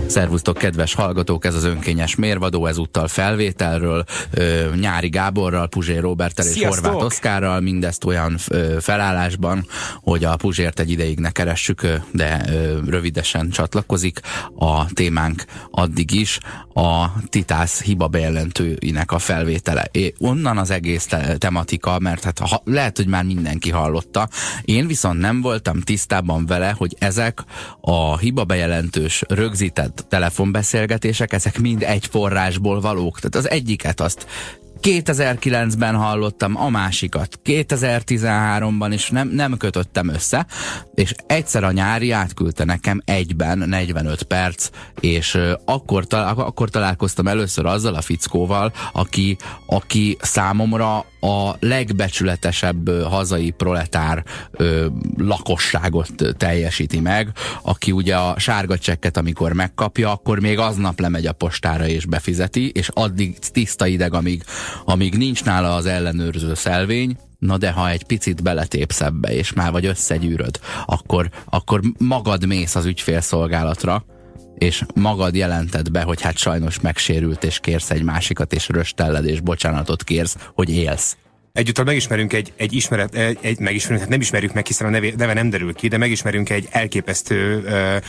Szervusztok, kedves hallgatók, ez az önkényes mérvadó, ezúttal felvételről, Nyári Gáborral, Puzsér Róberttel és Horváth Oszkárral, mindezt olyan felállásban, hogy a Puzsért egy ideig ne keressük, de rövidesen csatlakozik. A témánk addig is a Titász hiba bejelentőinek a felvétele. Onnan az egész tematika, mert hát lehet, hogy már mindenki hallotta. Én viszont nem voltam tisztában vele, hogy ezek a hiba bejelentős rögzített telefonbeszélgetések, ezek mind egy forrásból valók. Tehát az egyiket azt 2009-ben hallottam, a másikat 2013-ban, és nem kötöttem össze, és egyszer a Nyári átküldte nekem egyben 45 perc, és akkor találkoztam először azzal a fickóval, aki számomra a legbecsületesebb hazai proletár lakosságot teljesíti meg, aki ugye a sárga csekket, amikor megkapja, akkor még aznap lemegy a postára és befizeti, és addig tiszta ideg, amíg nincs nála az ellenőrző szelvény. Na de ha egy picit beletépsz ebbe, és már vagy összegyűröd, akkor magad mész az ügyfélszolgálatra, és magad jelented be, hogy hát sajnos megsérült, és kérsz egy másikat, és röstelled, és bocsánatot kérsz, hogy élsz. Egyúttal megismerünk megismerünk, hát nem ismerjük meg, hiszen a neve nem derül ki, de megismerünk egy elképesztő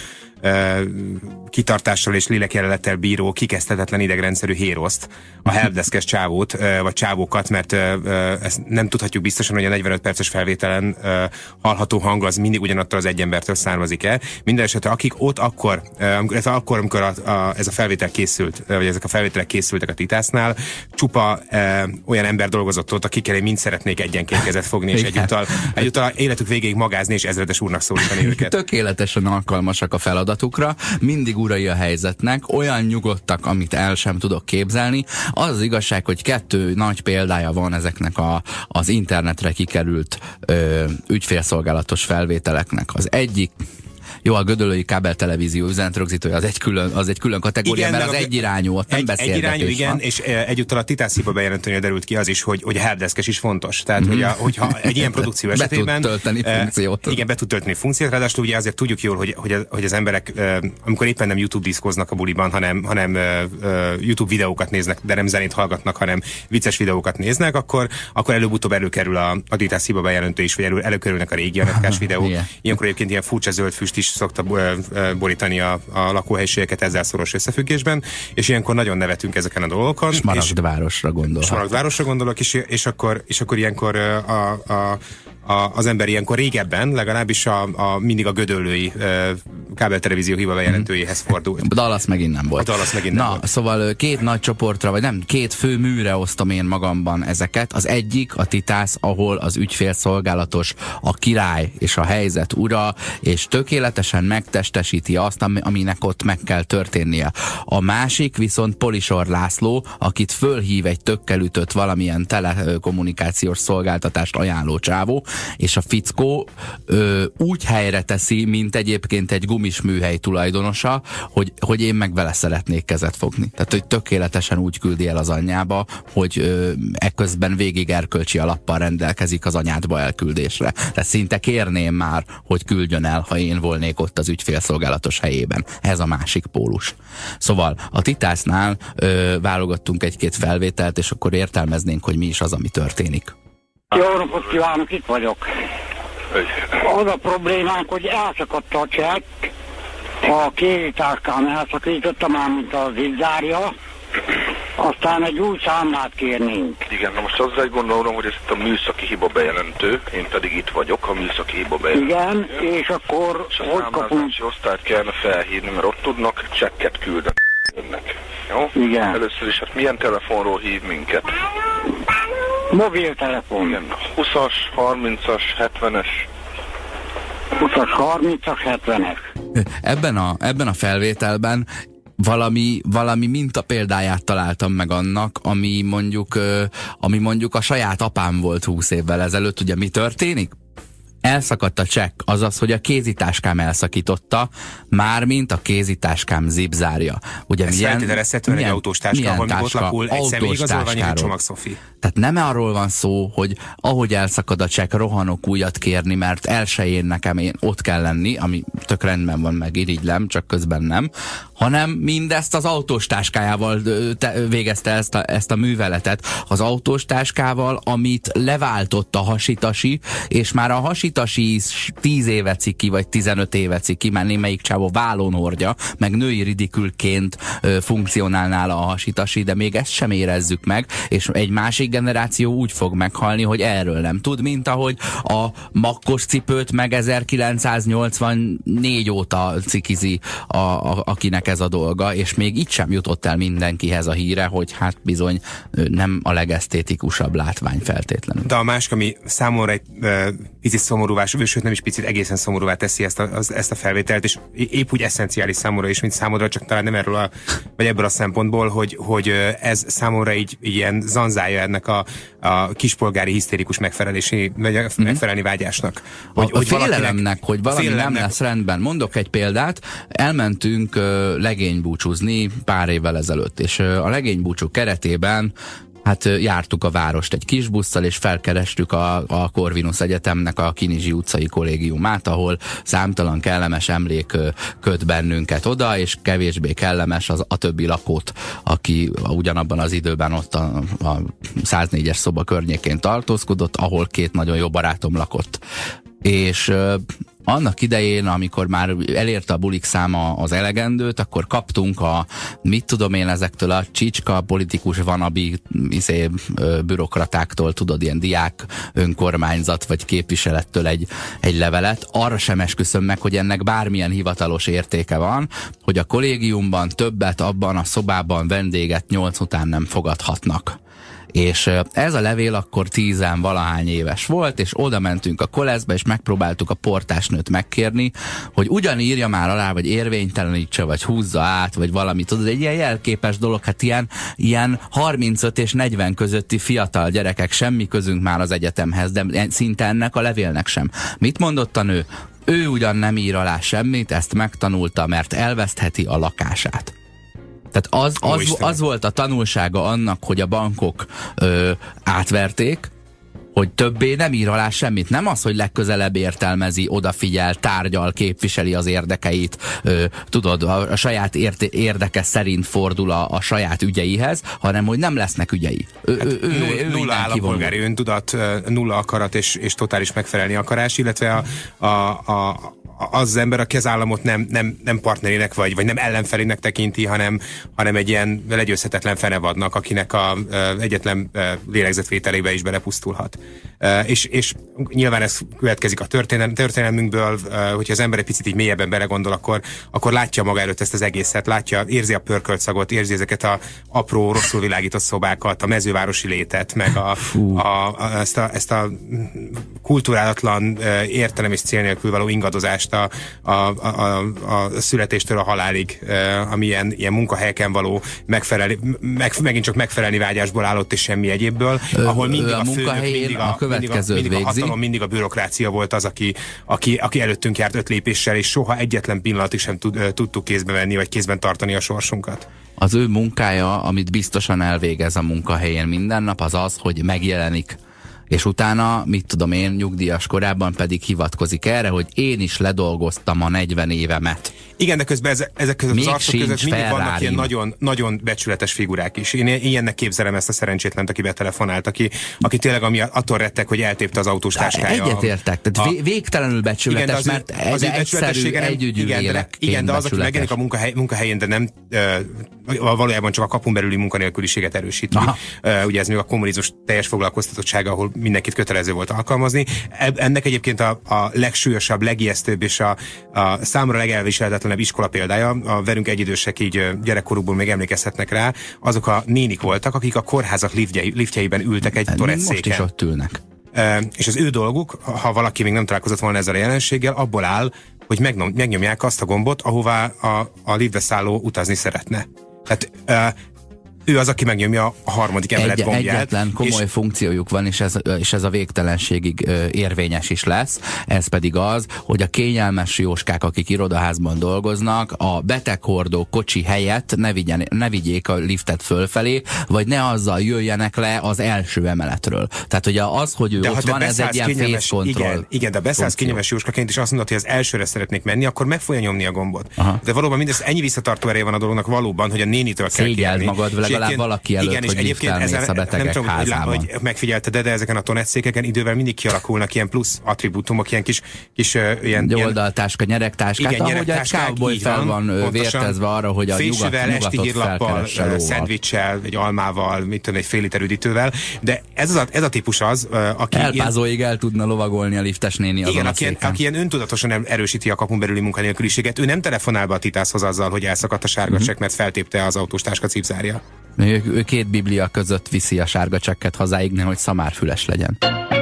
kitartással és lélekjelenettel bíró, kikezdhetetlen idegrendszerű héroszt, a helpdeskes csávót, vagy csávókat, mert ezt nem tudhatjuk biztosan, hogy a 45 perces felvételen hallható hang az mindig ugyanattól az egy embertől származik el. Minden esetre akik ott akkor, amikor ez a felvétel készült, vagy ezek a felvételek készültek a Titásznál, csupa olyan ember dolgozott ott, akikkel én mind szeretnék egyenként kezet fogni, és egyúttal életük végéig magázni, és ezredes úrnak szólítani őket. Tökéletesen alkalmasak a feladatukra, mindig urai a helyzetnek, olyan nyugodtak, amit el sem tudok képzelni. Az igazság, hogy 2 nagy példája van ezeknek az internetre kikerült ügyfélszolgálatos felvételeknek. Az egyik, jó, a gödöllői kábeltelevízió üzenetrögzítője az egy külön kategória, igen, mert az egyirányú, ott nem beszélgetés igen, van. És egyúttal a Titász hiba bejelentőnél derült ki az is, hogy a helpdeskes is fontos. Tehát, hogyha egy ilyen produkció esetében be tud tölteni funkciót. Igen, be tud tölteni funkciót, ráadásul ugye azért tudjuk jól, hogy az emberek, amikor éppen nem YouTube diszkoznak a buliban, hanem YouTube videókat néznek, de nem zenét hallgatnak, hanem vicces videókat néznek, akkor előbb-utóbb előkerül a Titász hiba bejelentő is, vagy előkerülnek a régi Anetkás videók. Ilyenkor egyébként ilyen furcsa zöld füst is szokta borítani a lakóhelyiségeket ezzel szoros összefüggésben, és ilyenkor nagyon nevetünk ezeken a dolgokon. Smaragdvárosra gondolok. Smaragdvárosra gondolok, és akkor ilyenkor az ember ilyenkor régebben, legalábbis mindig a gödöllői kábeltelevízió hiba bejelentőjéhez fordult. Dallas megint nem volt. Szóval 2 nagy csoportra, vagy nem, 2 fő műre osztom én magamban ezeket. Az egyik a Titász, ahol az ügyfélszolgálatos, a király és a helyzet ura, és tökéletesen megtestesíti azt, aminek ott meg kell történnie. A másik viszont Polisor László, akit fölhív egy tökkel ütött valamilyen telekommunikációs szolgáltatást ajánló csávó, és a fickó úgy helyre teszi, mint egyébként egy gumis műhely tulajdonosa, hogy én meg vele szeretnék kezet fogni. Tehát, hogy tökéletesen úgy küldi el az anyjába, hogy ekközben végig erkölcsi alappal rendelkezik az anyádba elküldésre. Tehát szinte kérném már, hogy küldjön el, ha én volnék ott az ügyfélszolgálatos helyében. Ez a másik pólus. Szóval a Titásznál válogattunk 1-2 felvételt, és akkor értelmeznénk, hogy mi is az, ami történik. Jó napot kívánok, itt vagyok. Az a problémánk, hogy elszakadt a csekk, a kézitáskám elszakította, már mint a zárja, aztán egy új számlát kérnénk. Igen, na most azzal gondolom, hogy ez itt a műszaki hiba bejelentő, én pedig itt vagyok, a műszaki hiba bejelentő. Igen, és akkor és hogy kapunk? És osztályt kellene felhívni, mert ott tudnak csekket küldeni önnek. Jó? Igen. Először is, hát milyen telefonról hív minket? Mobiltelefon. Igen, 20-as, 30-as, 70-es. 20-as, 30-as, 70-es. Ebben a felvételben valami mintapéldáját találtam meg annak, ami mondjuk a saját apám volt 20 évvel ezelőtt. Ugye mi történik? Elszakadt a csekk, azaz, hogy a kézitáskám elszakította, mármint a kézitáskám zipzárja. Ugye ez feltételezhetően egy autós táska, ahol ott lakul egy személyigazolvány, egy csomagszofi. Tehát nem arról van szó, hogy ahogy elszakad a csekk, rohanok újat kérni, mert elsőjén nekem ott kell lenni, ami tök rendben van, meg irigylem, csak közben nem, hanem mindezt az autós táskájával végezte ezt a műveletet. Az autós táskával, amit leváltott a Hashitashi, és már a Hashitashi 10 éve ciki, vagy 15 éve ciki, már némelyik csávó vállón hordja, meg női ridikülként funkcionál nála a Hashitashi, de még ezt sem érezzük meg, és egy másik generáció úgy fog meghalni, hogy erről nem tud, mint ahogy a makkos cipőt meg 1984 óta cikizi akinek ez a dolga, és még itt sem jutott el mindenkihez a híre, hogy hát bizony nem a legesztétikusabb látvány feltétlenül. De a másik, ami számomra egy picit szomorúvá, sőt nem is picit, egészen szomorúvá teszi ezt a felvételt, és épp úgy eszenciális számomra is, mint számodra, csak talán nem erről vagy ebből a szempontból, hogy ez számomra így ilyen zanzája ennek a kispolgári hisztérikus megfelelni vágyásnak. Hogy félelemnek, hogy valami nem lesz rendben. Mondok egy példát, elmentünk legénybúcsúzni pár évvel ezelőtt, és a legénybúcsú keretében hát jártuk a várost egy kis busszal, és felkerestük a Corvinus Egyetemnek a Kinizsi utcai kollégiumát, ahol számtalan kellemes emlék köt bennünket oda, és kevésbé kellemes a többi lakót, aki ugyanabban az időben ott a 104-es szoba környékén tartózkodott, ahol 2 nagyon jó barátom lakott. És annak idején, amikor már elérte a bulik száma az elegendőt, akkor kaptunk mit tudom én, ezektől a csicska politikus vanabi bürokratáktól, tudod, ilyen diák önkormányzat vagy képviselettől egy levelet. Arra sem esküszöm meg, hogy ennek bármilyen hivatalos értéke van, hogy a kollégiumban többet abban a szobában vendéget 8 után nem fogadhatnak. És ez a levél akkor 10-valahány éves volt, és oda mentünk a koleszbe, és megpróbáltuk a portásnőt megkérni, hogy ugyan írja már alá, vagy érvénytelenítse, vagy húzza át, vagy valami, tudod, egy ilyen jelképes dolog, hát ilyen 35 és 40 közötti fiatal gyerekek, semmi közünk már az egyetemhez, de szinte ennek a levélnek sem. Mit mondott a nő? Ő ugyan nem ír alá semmit, ezt megtanulta, mert elvesztheti a lakását. Tehát az volt a tanulsága annak, hogy a bankok átverték, hogy többé nem ír alá semmit. Nem az, hogy legközelebb értelmezi, odafigyel, tárgyal, képviseli az érdekeit, tudod, a saját érdeke szerint fordul a saját ügyeihez, hanem hogy nem lesznek ügyei. Nulla állampolgári öntudat, nulla akarat és totális megfelelni akarás, illetve az ember, aki az államot nem partnerének, vagy nem ellenfelének tekinti, hanem egy ilyen legyőzhetetlen fenevadnak, akinek egyetlen lélegzetvételébe is belepusztulhat. És nyilván ez következik a történelmünkből, hogyha az ember egy picit így mélyebben belegondol, akkor látja maga előtt ezt az egészet, érzi a pörköltszagot, érzi ezeket a apró, rosszul világított szobákat, a mezővárosi létet, meg ezt a kulturálatlan értelem és cél nélkül való ingadozást a születéstől a halálig, ami ilyen munkahelyeken való megint csak megfelelni vágyásból állott és semmi egyébből, ahol mindig a főnök, mindig a hatalom, mindig a bürokrácia volt az, aki előttünk járt 5 lépéssel, és soha egyetlen pillanatig sem tudtuk kézbe venni, vagy kézben tartani a sorsunkat. Az ő munkája, amit biztosan elvégez a munkahelyén minden nap, az az, hogy megjelenik. És utána, mit tudom én, nyugdíjas korában pedig hivatkozik erre, hogy én is ledolgoztam a 40 évemet. Igen, de közben ezek között az arcok között mindig vannak ilyen nagyon, nagyon becsületes figurák is. Én ilyennek képzelem ezt a szerencsétlent, aki betelefonált, aki tényleg attól rettek, hogy eltépte az autós táskája. Egyetértek, tehát végtelenül becsületes, igen, mert ez egyszerű, együgyű lélekként igen, de az, aki megjelenik a munkahelyén, de nem valójában csak a kapun belüli munkanélküliséget erősíti. Ugye ez még a kommunizmus teljes foglalkoztatottsága, ahol mindenkit kötelező volt alkalmazni. Ennek egyébként a legsúlyosabb, legijesztőbb és a számra legelviselhetetlenebb iskola példája, a velünk egyidősek így gyerekkorukból még emlékezhetnek rá, azok a nénik voltak, akik a kórházak liftjeiben ültek egy toresszéken. Most is ott ülnek. És az ő dolguk, ha valaki még nem találkozott volna ezzel a jelenséggel, abból áll, hogy megnyomják azt a gombot, ahová a liftbe szálló utazni szeretne. Tehát ő az, aki megnyomja a harmadik emelet gombját. Egyetlen komoly funkciójuk van, és ez a végtelenségig érvényes is lesz. Ez pedig az, hogy a kényelmes jóskák, akik irodaházban dolgoznak, a beteghordó kocsi helyett ne vigyék a liftet fölfelé, vagy ne azzal jöjjenek le az első emeletről. Tehát ugye az, hogy ő ott van, ez egy ilyen face control. Igen, de beszállsz kényelmes jóskaként, és azt mondod, hogy az elsőre szeretnék menni, akkor meg fogja nyomni a gombot. Aha. De valóban mindez ennyi visszatartó ereje van a dolognak valóban, hogy a nénitől kell kérni. Magad legalább valaki előtt, igen, hogy felmész a betegek házában. Hogy megfigyelted, de ezeken a tonetszékeken idővel mindig kialakulnak ilyen plusz attribútumok, ilyen kis ilyen oldaltáska, nyeregtáskák, igen, ahogy egy cowboy fel van vértezve arra, hogy a nyugatot felkeresse szendvicssel, egy almával, mit tudom, egy fél liter üdítővel, de ez a típus az, aki elpázóig el tudna lovagolni a liftes néni azon a széken. Aki ilyen öntudatosan erősíti a kapun belüli munkanélküliséget, ő nem telefonál be a titászhoz azzal, hogy elszakadt a sárga csekk, mert feltépte az autós táska cipzárja. Ő két biblia között viszi a sárga csekket hazáig, nehogy szamárfüles legyen.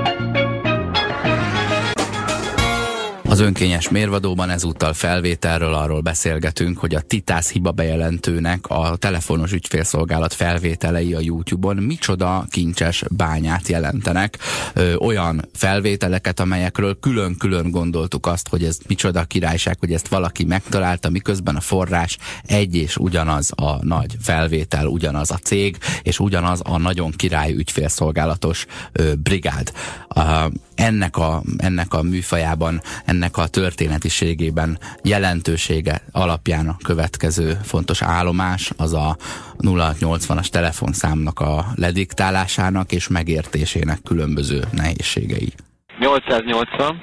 Az önkényes mérvadóban ezúttal felvételről arról beszélgetünk, hogy a Titász hibabejelentőnek a telefonos ügyfélszolgálat felvételei a YouTube-on micsoda kincses bányát jelentenek. Olyan felvételeket, amelyekről külön-külön gondoltuk azt, hogy ez micsoda királyság, hogy ezt valaki megtalálta, miközben a forrás egy és ugyanaz a nagy felvétel, ugyanaz a cég, és ugyanaz a nagyon király ügyfélszolgálatos brigád. Ennek a műfajában, ennek a történetiségében jelentősége alapján a következő fontos állomás az a 0680-as telefonszámnak a lediktálásának és megértésének különböző nehézségei. 880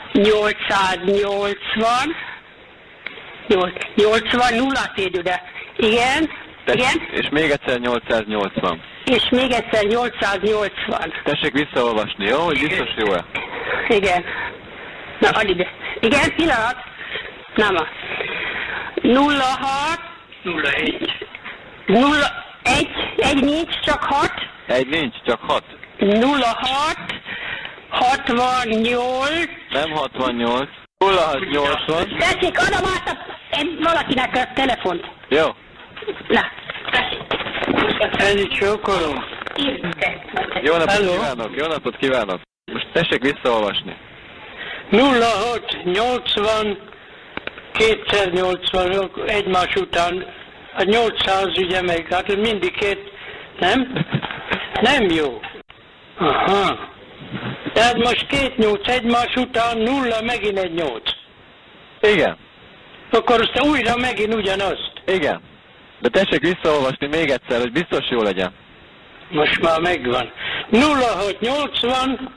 nulla ide. Igen. Igen. És még egyszer 880. És még egyszer 880. Tessék visszaolvasni, jó? Hogy biztos jó-e? Igen. Na, add ide. Igen, pillanat. Nem a. 06 1 nincs, csak 6. Egy nincs, csak 6. 06 68. Nem 68. 0680. Tessék, adom át valakinek a telefont. Jó. Na, tessék. Ennyi csókolom. Jó napot kívánok, jó napot kívánok. Most tessék visszaolvasni. 06 80 280 egymás után a 800 ugye meg, hát mindig két, nem? Nem jó. Aha. Tehát most 2 8 egymás után 0 megint egy 8. Igen. Akkor aztán újra megint ugyanazt. Igen. De tessék visszaolvasni még egyszer, hogy biztos jó legyen. Most már megvan. 06 80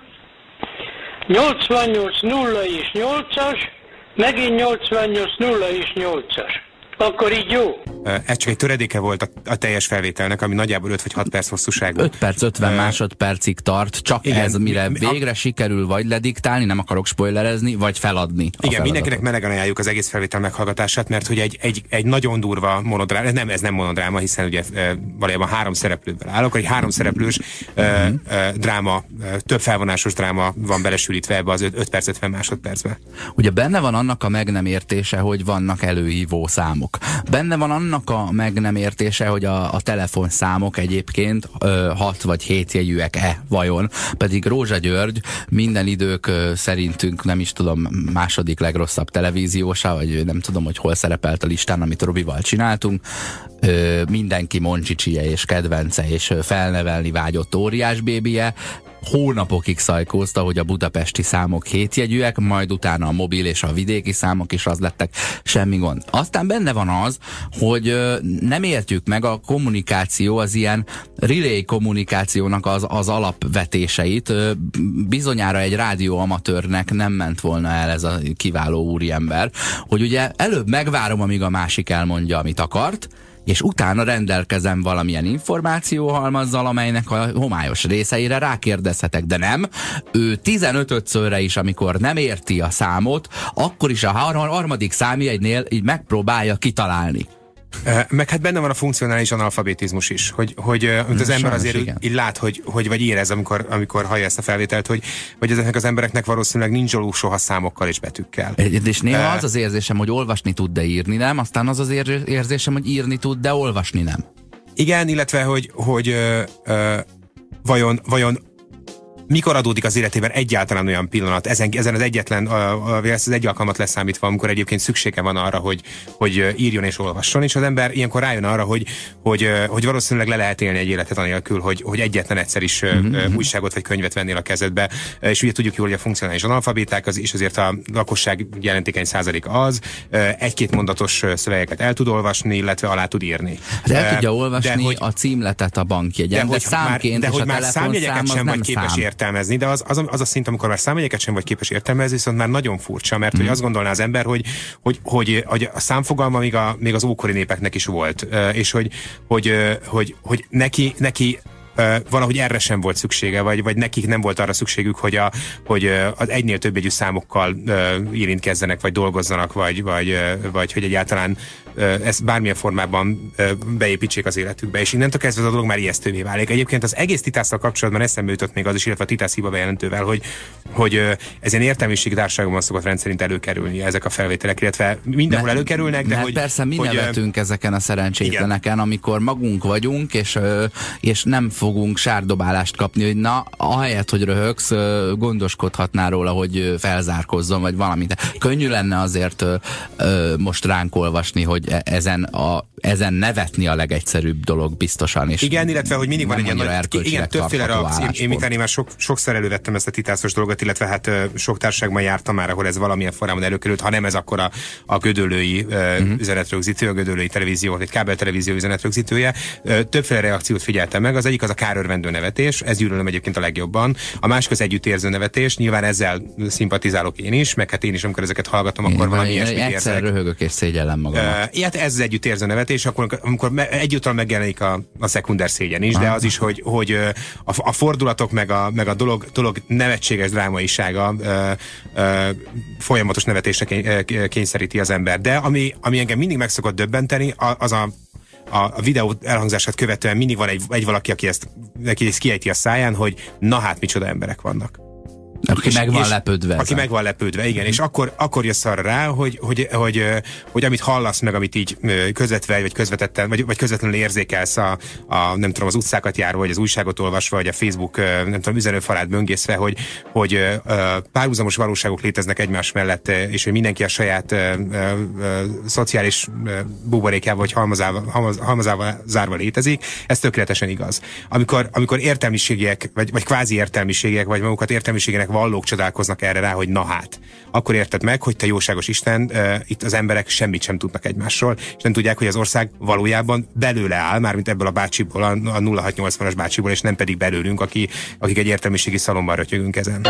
88 0 és 8-as, megint 88 0 és 8-as. Akkor így jó. Ez csak egy töredéke volt a teljes felvételnek, ami nagyjából 5 vagy 6 perc hosszúságú. 5 perc, 50 másodpercig tart, csak igen, ez, mire végre sikerül vagy lediktálni, nem akarok spoilerezni, vagy feladni. Igen, mindenkinek melegen ajánljuk az egész felvétel meghallgatását, mert hogy egy nagyon durva monodráma, ez nem monodráma, hiszen ugye valójában 3 szereplőből áll, akkor egy 3 szereplős dráma, több felvonásos dráma van belesülítve ebbe az 5 perc, 50 másodpercbe. Ugye benne van annak a meg nem értése, hogy vannak előhívó számok. Benne van annak a meg nem értése, hogy a telefonszámok egyébként 6 vagy 7 jegyűek-e vajon, pedig Rózsa György minden idők szerintünk, nem is tudom, második legrosszabb televíziósa, vagy nem tudom, hogy hol szerepelt a listán, amit Robival csináltunk, mindenki Moncsicsie és kedvence, és felnevelni vágyott óriás bébije, hónapokig szajkózta, hogy a budapesti számok 7 jegyűek, majd utána a mobil és a vidéki számok is az lettek, semmi gond. Aztán benne van az, hogy nem értjük meg a kommunikáció, az ilyen relay kommunikációnak az alapvetéseit. Bizonyára egy rádióamatőrnek nem ment volna el ez a kiváló úriember, hogy ugye előbb megvárom, amíg a másik elmondja, amit akart, és utána rendelkezem valamilyen információhalmazzal, amelynek a homályos részeire rákérdezhetek, de nem. Ő 15-szörre is, amikor nem érti a számot, akkor is a harmadik számjegynél így megpróbálja kitalálni. Meg hát benne van a funkcionális analfabetizmus is, hogy az ember azért így lát, hogy vagy érez, amikor hallja ezt a felvételt, hogy ezeknek az embereknek valószínűleg nincs dolguk soha számokkal és betűkkel. És néha az az érzésem, hogy olvasni tud, de írni nem, aztán az az érzésem, hogy írni tud, de olvasni nem. Igen, illetve, hogy vajon mikor adódik az életében egyáltalán olyan pillanat, ezen az egyetlen, ez az egy alkalmat leszámítva, amikor egyébként szüksége van arra, hogy írjon és olvasson, és az ember ilyenkor rájön arra, hogy valószínűleg le lehet élni egy életet anélkül, hogy egyetlen egyszer is újságot vagy könyvet vennél a kezedbe. És ugye tudjuk jól, hogy a funkcionális analfabéták, és azért a lakosság jelentékeny százalék az, egy-két mondatos szövegeket el tud olvasni, illetve alá tud írni. De el tudja olvasni a címletet a bankjegyen, de számként és a telefonszám az nem szám. Értelmezni, de az a szint, amikor már számjegyeket sem vagy képes értelmezni, viszont már nagyon furcsa, mert hogy azt gondolná az ember, hogy a számfogalma még az ókori népeknek is volt, és hogy neki valahogy erre sem volt szüksége, vagy nekik nem volt arra szükségük, hogy az egynél több jegyű számokkal érintkezzenek, vagy dolgozzanak, vagy hogy egyáltalán ezt bármilyen formában beépítsék az életükbe, és innentől kezdve az a dolog már ijesztővé válik. Egyébként az egész Titásszal kapcsolatban eszembe jutott még az is, illetve a Titász hiba bejelentővel, hogy ez ilyen értelmiségi társaságban szokott rendszerint előkerülni ezek a felvételek, illetve mindenhol előkerülnek, de hogy... Persze mi nevetünk ezeken a szerencsétleneken, amikor magunk vagyunk, és nem fogunk sárdobálást kapni, hogy na, ahelyett, hogy röhögsz, gondoskodhatnál róla, hogy felzárkozzon, vagy valamit. Könnyű lenne azért most ránk olvasni, hogy ezen nevetni a legegyszerűbb dolog biztosan. És igen, illetve, hogy mindig van egy ilyen többféle reakció. Én miután már sokszor elővettem ezt a titászos dolgot, illetve hát sok társaságban jártam már, ahol ez valamilyen formában előkerült, ha nem ez akkor a gödöllői üzenetrögzítő, a gödöllői televízió, vagy kábeltelevízió üzenetrögzítője. Többféle reakciót figyeltem meg. Az egyik az a kárörvendő nevetés, ez gyűlölöm egyébként a legjobban. A másik az együttérző nevetés, nyilván ezzel szimpatizálok én is, meg hát én is, amikor ezeket hallgatom, akkor valami ilyesmit érzek. Egyszer röhögök és szégyellem magam. Ilyet ez az együttérző nevetés, amikor egyúttal megjelenik a szekunder szégyen is, de az is, hogy a fordulatok meg a dolog nevetséges drámaisága folyamatos nevetésre kényszeríti az ember. De ami engem mindig meg szokott döbbenteni, az a videó elhangzását követően mindig van egy valaki, aki ezt kiejti a száján, hogy na hát micsoda emberek vannak. Aki meg van lepődve. Aki meg van lepődve, igen. És akkor jössz arra rá, hogy amit hallasz meg, amit így közvetve, vagy közvetetten, vagy közvetlenül érzékelsz nem tudom, az utcákat járva, vagy az újságot olvasva, vagy a Facebook, nem tudom, üzenőfalát böngészve, hogy párhuzamos valóságok léteznek egymás mellett, és hogy mindenki a saját szociális buborékával, vagy halmazával zárva létezik. Ez tökéletesen igaz. Amikor értelmiségiek, vagy kvázi értelmiségiek, vagy magukat értelmiségének vallók csodálkoznak erre rá, hogy na hát, akkor érted meg, hogy te jóságos Isten, itt az emberek semmit sem tudnak egymásról, és nem tudják, hogy az ország valójában belőle áll, mármint ebből a bácsiból, a 0680-as bácsiból, és nem pedig belőlünk, akik egy értelmiségi szalomban rötyögünk ezen.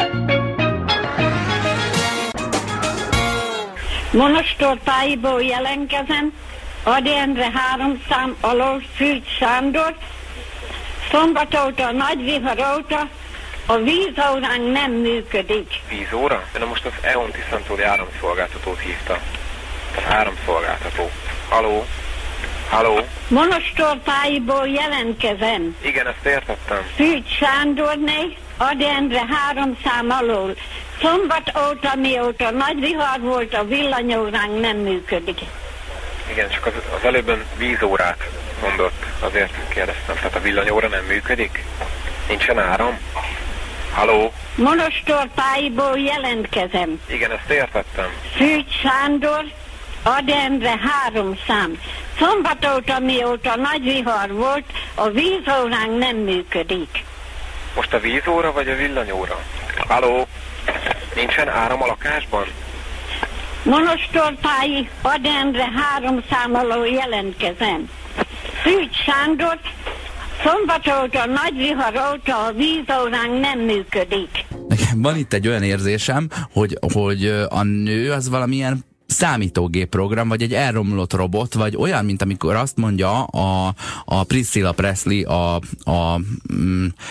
Monostorpályiból jelentkezem, Ady Endre 3 szám alól Szűcs Sándor, szombat óta, nagy vihar óta a vízóránk nem működik. Vízóra? De most az EON Tisztantúli áramszolgáltatót hívta. Az áramszolgáltató. Haló? Haló? Monostorpályiból jelentkezem. Igen, ezt értettem. Szűcs Sándorné, Ady Endre 3 szám alól. Szombat óta, mióta nagy vihar volt, a villanyóránk nem működik. Igen, csak az előbben vízórát mondott, azért kérdeztem. Tehát a villanyóra nem működik? Nincsen áram? Haló? Monostorpályiból jelentkezem. Igen, ezt értettem. Szűcs Sándor, Ady Endre 3 szám. Szombat óta, mióta nagy vihar volt, a vízóránk nem működik. Most a vízóra vagy a villanyóra? Haló? Nincsen áram a lakásban? Monostorpályi, Ady Endre 3 szám alól jelentkezem. Szűcs Sándor, szombat óta, nagy vihar óta a vízóránk nem működik. Van itt egy olyan érzésem, hogy a nő az valamilyen számítógép program, vagy egy elromlott robot, vagy olyan, mint amikor azt mondja a Priscilla Presley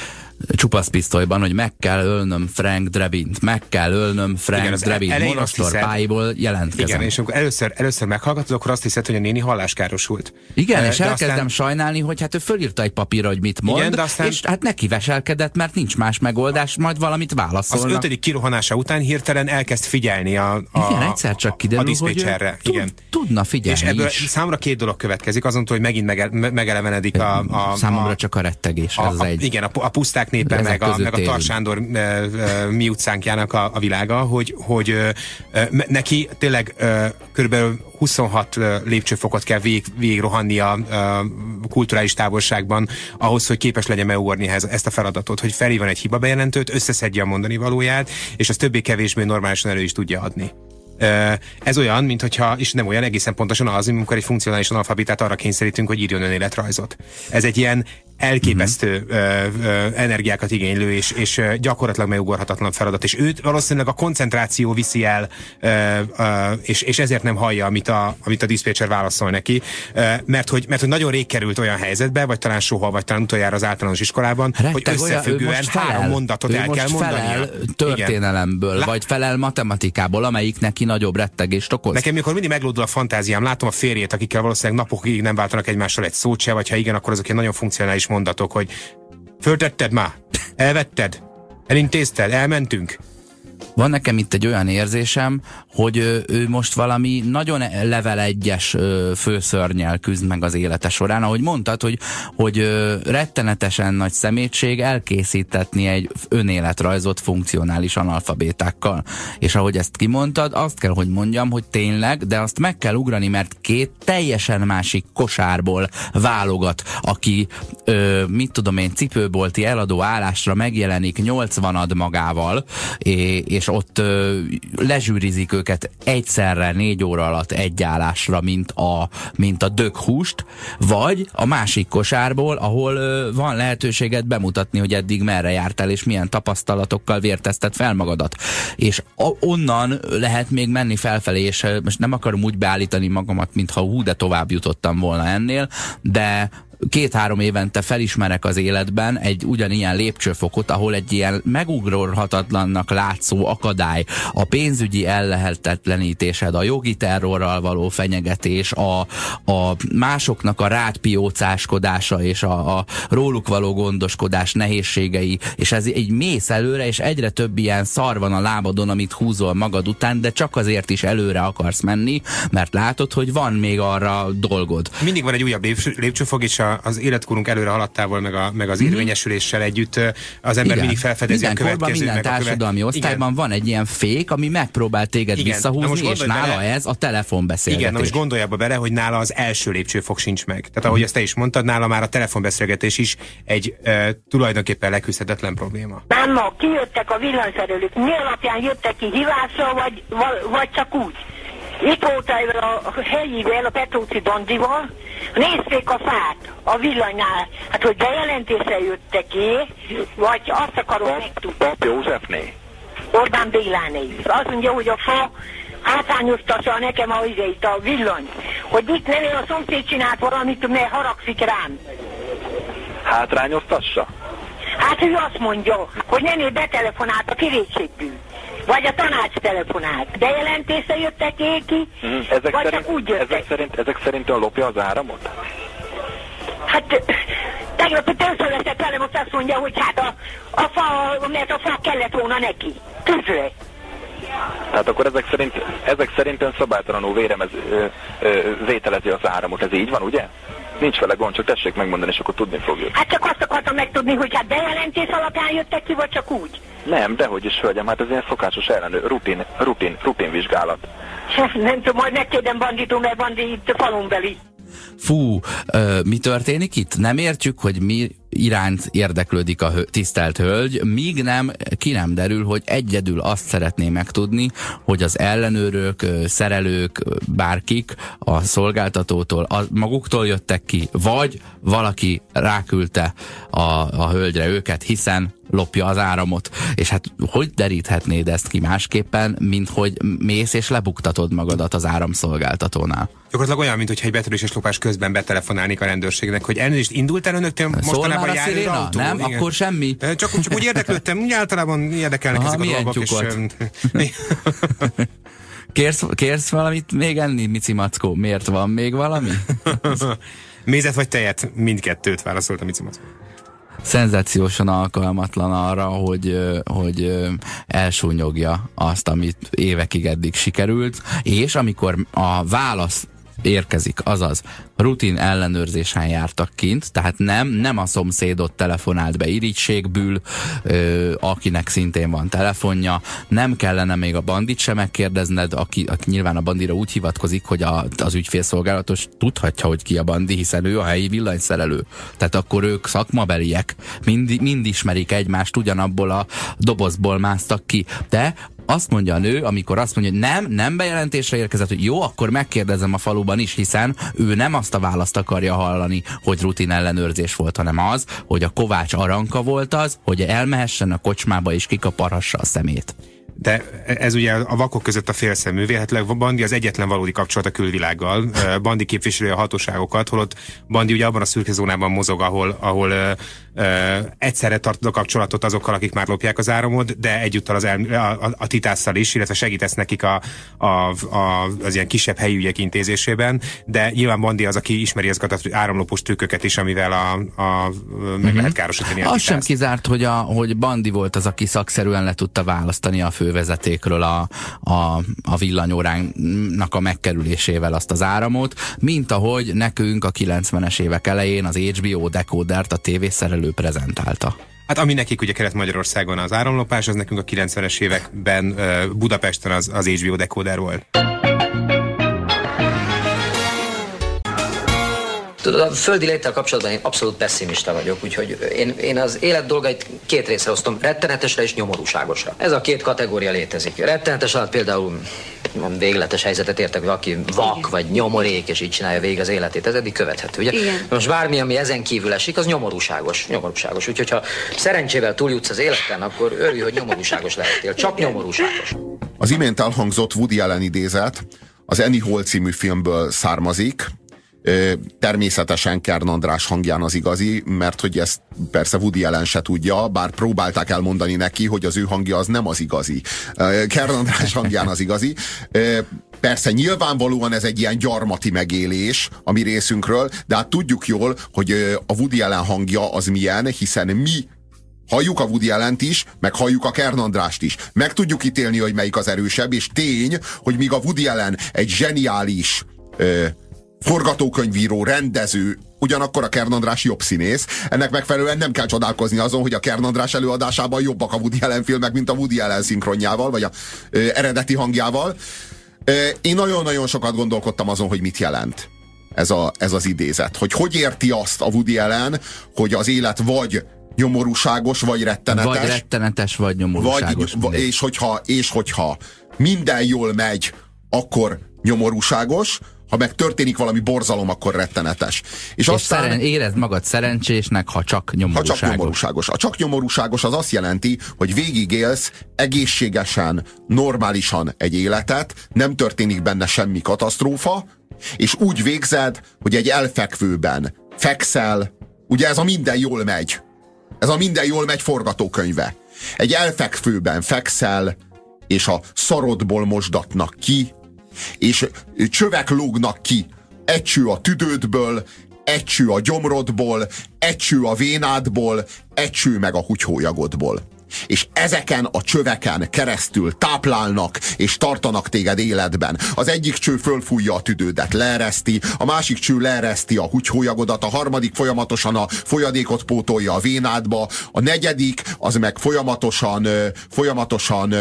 csupaszpisztolyban, hogy meg kell ölnöm Frank Drebint, meg kell ölnöm Frank Drebint, Monostorpályból jelentkezem. Igen, és amikor először meghallgatod, akkor azt hiszed, hogy a néni halláskárosult. Igen, és elkezdem sajnálni, hogy hát ő fölírta egy papírra, hogy mit mond, igen, aztán... és hát neki veselkedett, mert nincs más megoldás, majd valamit válaszolnak. Az 5. kirohanása után hirtelen elkezd figyelni igen, egyszer csak kiderül, hogy tudna figyelni. És ebből számomra 2 dolog következik, azontul, hogy megint megelevenedik számomra csak a rettegés. Igen, a puszták népe, meg a Tar Sándor mi utcánkjának a világa, hogy neki tényleg körülbelül 26 lépcsőfokot kell végig rohanni a kulturális távolságban ahhoz, hogy képes legyen megugorni ezt a feladatot, hogy felhívjon egy hibabejelentőt, összeszedje a mondani valóját, és az többé-kevésbé normálisan elő is tudja adni. Ez olyan, mintha, és nem olyan, egészen pontosan az, amikor egy funkcionális analfabetát arra kényszerítünk, hogy írjon önéletrajzot. Ez egy ilyen elképesztő energiákat igénylő, és gyakorlatilag megugorhatatlan feladat. És őt valószínűleg a koncentráció viszi el, és ezért nem hallja, amit a diszpécser válaszol neki, mert hogy nagyon rég került olyan helyzetbe, vagy talán soha, vagy talán utoljára az általános iskolában, hogy összefüggően 3 mondatot el kell mondania. Felel történelemből, igen. Vagy felel matematikából, amelyik neki nagyobb rettegést okoz. Nekem mikor mindig meglódul a fantáziám, látom a férjét, akikkel valószínűleg napokig nem váltanak egymással egy szót se, vagy ha igen, akkor azok egy nagyon funkcionális mondatok, hogy föltetted már, elvetted, elintézted, elmentünk. Van nekem itt egy olyan érzésem, hogy ő most valami nagyon level 1-es főszörnnyel küzd meg az élete során. Ahogy mondtad, hogy rettenetesen nagy szemétség elkészítetni egy önéletrajzot funkcionális analfabétákkal. És ahogy ezt kimondtad, azt kell, hogy mondjam, hogy tényleg, de azt meg kell ugrani, mert 2 teljesen másik kosárból válogat, aki mit tudom én, cipőbolti eladó állásra megjelenik 80-ad magával, és ott lezsűrizik őket egyszerre 4 óra alatt egy állásra, mint a dökhúst, vagy a másik kosárból, ahol van lehetőséged bemutatni, hogy eddig merre jártál, és milyen tapasztalatokkal vértezted fel magadat. És onnan lehet még menni felfelé, és most nem akarom úgy beállítani magamat, mintha de tovább jutottam volna ennél, de 2-3 évente felismerek az életben egy ugyanilyen lépcsőfokot, ahol egy ilyen megugorhatatlannak látszó akadály, a pénzügyi ellehetetlenítésed, a jogi terrorral való fenyegetés, a másoknak a rád piócáskodása és a róluk való gondoskodás nehézségei, és ez egy mész előre, és egyre több ilyen szar van a lábadon, amit húzol magad után, de csak azért is előre akarsz menni, mert látod, hogy van még arra dolgod. Mindig van egy újabb lépcsőfok, és az életkorunk előre haladtával, meg az érvényesüléssel együtt az ember mindig felfedezi a következő. Minden társadalmi osztályban van egy ilyen fék, ami megpróbál téged visszahúzni, és nála ez a telefonbeszélgetés. Igen, most gondolj abba bele, hogy nála az első lépcsőfok sincs meg. Tehát ahogy ezt te is mondtad, nála már a telefonbeszélgetés is egy tulajdonképpen leküzdhetetlen probléma. Nem, kijöttek a villanyszerelők. Mi alapján jöttek ki, hívással, vagy csak úgy? Itt volt a helyivel, a Petróci Dandival, nézték a fát a villanynál. Hát, hogy bejelentésre jöttek ki, vagy azt akarom megtudni. Pap Józsefné? Orbán Béláné. Azt mondja, hogy a fa hátrányoztassa nekem a villany. Hogy itt nem a szomszéd csinált valamit, mert haragszik rám. Hátrányoztassa? Hát ő azt mondja, hogy nem betelefonált a kirétségbű. Vagy a tanács telefonált. Bejelentésre jöttek ki, vagy csak úgy jöttek. Ezek szerint a lopja az áramot? Hát tegnap többször veszett velem, most azt mondja, hogy hát mert a fa kellett volna neki. Tűzre. Tehát akkor ezek szerint ön szabálytalanul vételezi az áramot. Ez így van, ugye? Nincs vele gond, csak tessék megmondani, és akkor tudni fogjuk. Hát csak azt akartam megtudni, hogy hát bejelentés alapján jöttek ki, vagy csak úgy? Nem, dehogy is, hölgyem, hát ez ilyen szokásos rutin vizsgálat. Nem tudom, majd megkérdem Banditól, mert Bandi itt falunbeli. Fú, mi történik itt? Nem értjük, hogy mi iránt érdeklődik a tisztelt hölgy, míg ki nem derül, hogy egyedül azt szeretné megtudni, hogy az ellenőrök, szerelők, bárkik a szolgáltatótól maguktól jöttek ki, vagy valaki ráküldte a hölgyre őket, hiszen lopja az áramot. És hát hogy deríthetnéd ezt ki másképpen, mint hogy mész és lebuktatod magadat az áramszolgáltatónál? Gyakorlatilag olyan, mintha egy betöréses lopás közben betelefonálnék a rendőrségnek, hogy elnézést, indult el önöktől mostanában járni az autó? Nem? Igen. Akkor semmi? Csak úgy érdeklődtem, úgy általában érdekelnek ezek a dolgok. Kérsz valamit még enni, Mici Mackó? Miért van még valami? Mézet vagy tejet? Mindkettőt válaszolt a Mici Mackó. Szenzációsan alkalmatlan arra, hogy elsúnyogja azt, amit évekig eddig sikerült, és amikor a válasz érkezik, azaz rutin ellenőrzésen jártak kint, tehát nem a szomszédot telefonált be irigységből, akinek szintén van telefonja, nem kellene még a bandit sem megkérdezned, aki nyilván a bandira úgy hivatkozik, hogy az ügyfélszolgálatos tudhatja, hogy ki a bandi, hiszen ő a helyi villanyszerelő. Tehát akkor ők szakmabeliek, mind ismerik egymást, ugyanabból a dobozból másztak ki. De azt mondja a nő, amikor azt mondja, hogy nem bejelentésre érkezett, hogy jó, akkor megkérdezem a faluban is, hiszen ő nem azt a választ akarja hallani, hogy rutin ellenőrzés volt, hanem az, hogy a Kovács Aranka volt az, hogy elmehessen a kocsmába és kikaparhassa a szemét. De ez ugye a vakok között a félszemű, véletlenül Bandi az egyetlen valódi kapcsolat a külvilággal. Bandi képviseli a hatóságokat, holott Bandi ugye abban a szürke zónában mozog, ahol egyszerre tartod a kapcsolatot azokkal, akik már lopják az áramot, de egyúttal a titásszal is, illetve segítesz nekik az ilyen kisebb helyi ügyek intézésében, de nyilván Bandi az, aki ismeri ezeket az áramlopós trükköket is, amivel meg lehet károsítani a az titászt. sem kizárt, hogy Bandi volt az, aki szakszerűen le tudta választani a fővezetékről a villanyórának a megkerülésével azt az áramot, mint ahogy nekünk a 90-es évek elején az HBO dekódert a tévészerelő prezentálta. Hát ami nekik ugye Kelet-Magyarországon az áramlopás, az nekünk a 90-es években Budapesten az HBO dekóder volt. Tudod, a földi léttel kapcsolatban én abszolút pessimista vagyok, úgyhogy én az élet dolgait két részre osztom, rettenetesre és nyomorúságosra. Ez a két kategória létezik. Rettenetes alatt például végletes helyzetet értek, hogy aki vak vagy nyomorék, és így csinálja végig az életét. Ez eddig követhető, ugye? Igen. Most bármi, ami ezen kívül esik, az nyomorúságos. Úgyhogy ha szerencsével túljutsz az életen, akkor örülj, hogy nyomorúságos lehetél. Csak nyomorúságos. Az imént elhangzott Woody Allen idézet az Annie Hall című filmből származik. Természetesen Kern András hangján az igazi, mert hogy ezt persze Woody Allen se tudja, bár próbálták elmondani neki, hogy az ő hangja az nem az igazi. Kern András hangján az igazi. Persze nyilvánvalóan ez egy ilyen gyarmati megélés a mi részünkről, de hát tudjuk jól, hogy a Woody Allen hangja az milyen, hiszen mi halljuk a Woody Allent is, meg halljuk a Kern Andrást is. Meg tudjuk ítélni, hogy melyik az erősebb, és tény, hogy míg a Woody Allen egy zseniális forgatókönyvíró, rendező, ugyanakkor a Kern András jobb színész. Ennek megfelelően nem kell csodálkozni azon, hogy a Kern András előadásában jobbak a Woody Allen filmek, mint a Woody Allen szinkronjával, vagy a eredeti hangjával. Én nagyon-nagyon sokat gondolkodtam azon, hogy mit jelent ez az idézet. Hogy érti azt a Woody Allen, hogy az élet vagy nyomorúságos, vagy rettenetes. Vagy rettenetes, vagy nyomorúságos. És hogyha minden jól megy, akkor nyomorúságos, ha meg történik valami borzalom, akkor rettenetes. És aztán érezd magad szerencsésnek, ha csak nyomorúságos. Ha csak nyomorúságos. A csak nyomorúságos az azt jelenti, hogy végigélsz egészségesen, normálisan egy életet, nem történik benne semmi katasztrófa, és úgy végzed, hogy egy elfekvőben fekszel, ugye ez a minden jól megy. Ez a minden jól megy forgatókönyve. Egy elfekvőben fekszel, és a szarodból mosdatnak ki, és csövek lógnak ki. Egy cső a tüdődből, egy cső a gyomrodból, egy cső a vénádból, egy cső meg a húgyhólyagodból. És ezeken a csöveken keresztül táplálnak és tartanak téged életben. Az egyik cső fölfújja a tüdődet, leereszti, a másik cső leereszti a húgyhólyagodat, a harmadik folyamatosan a folyadékot pótolja a vénádba, a negyedik az meg folyamatosan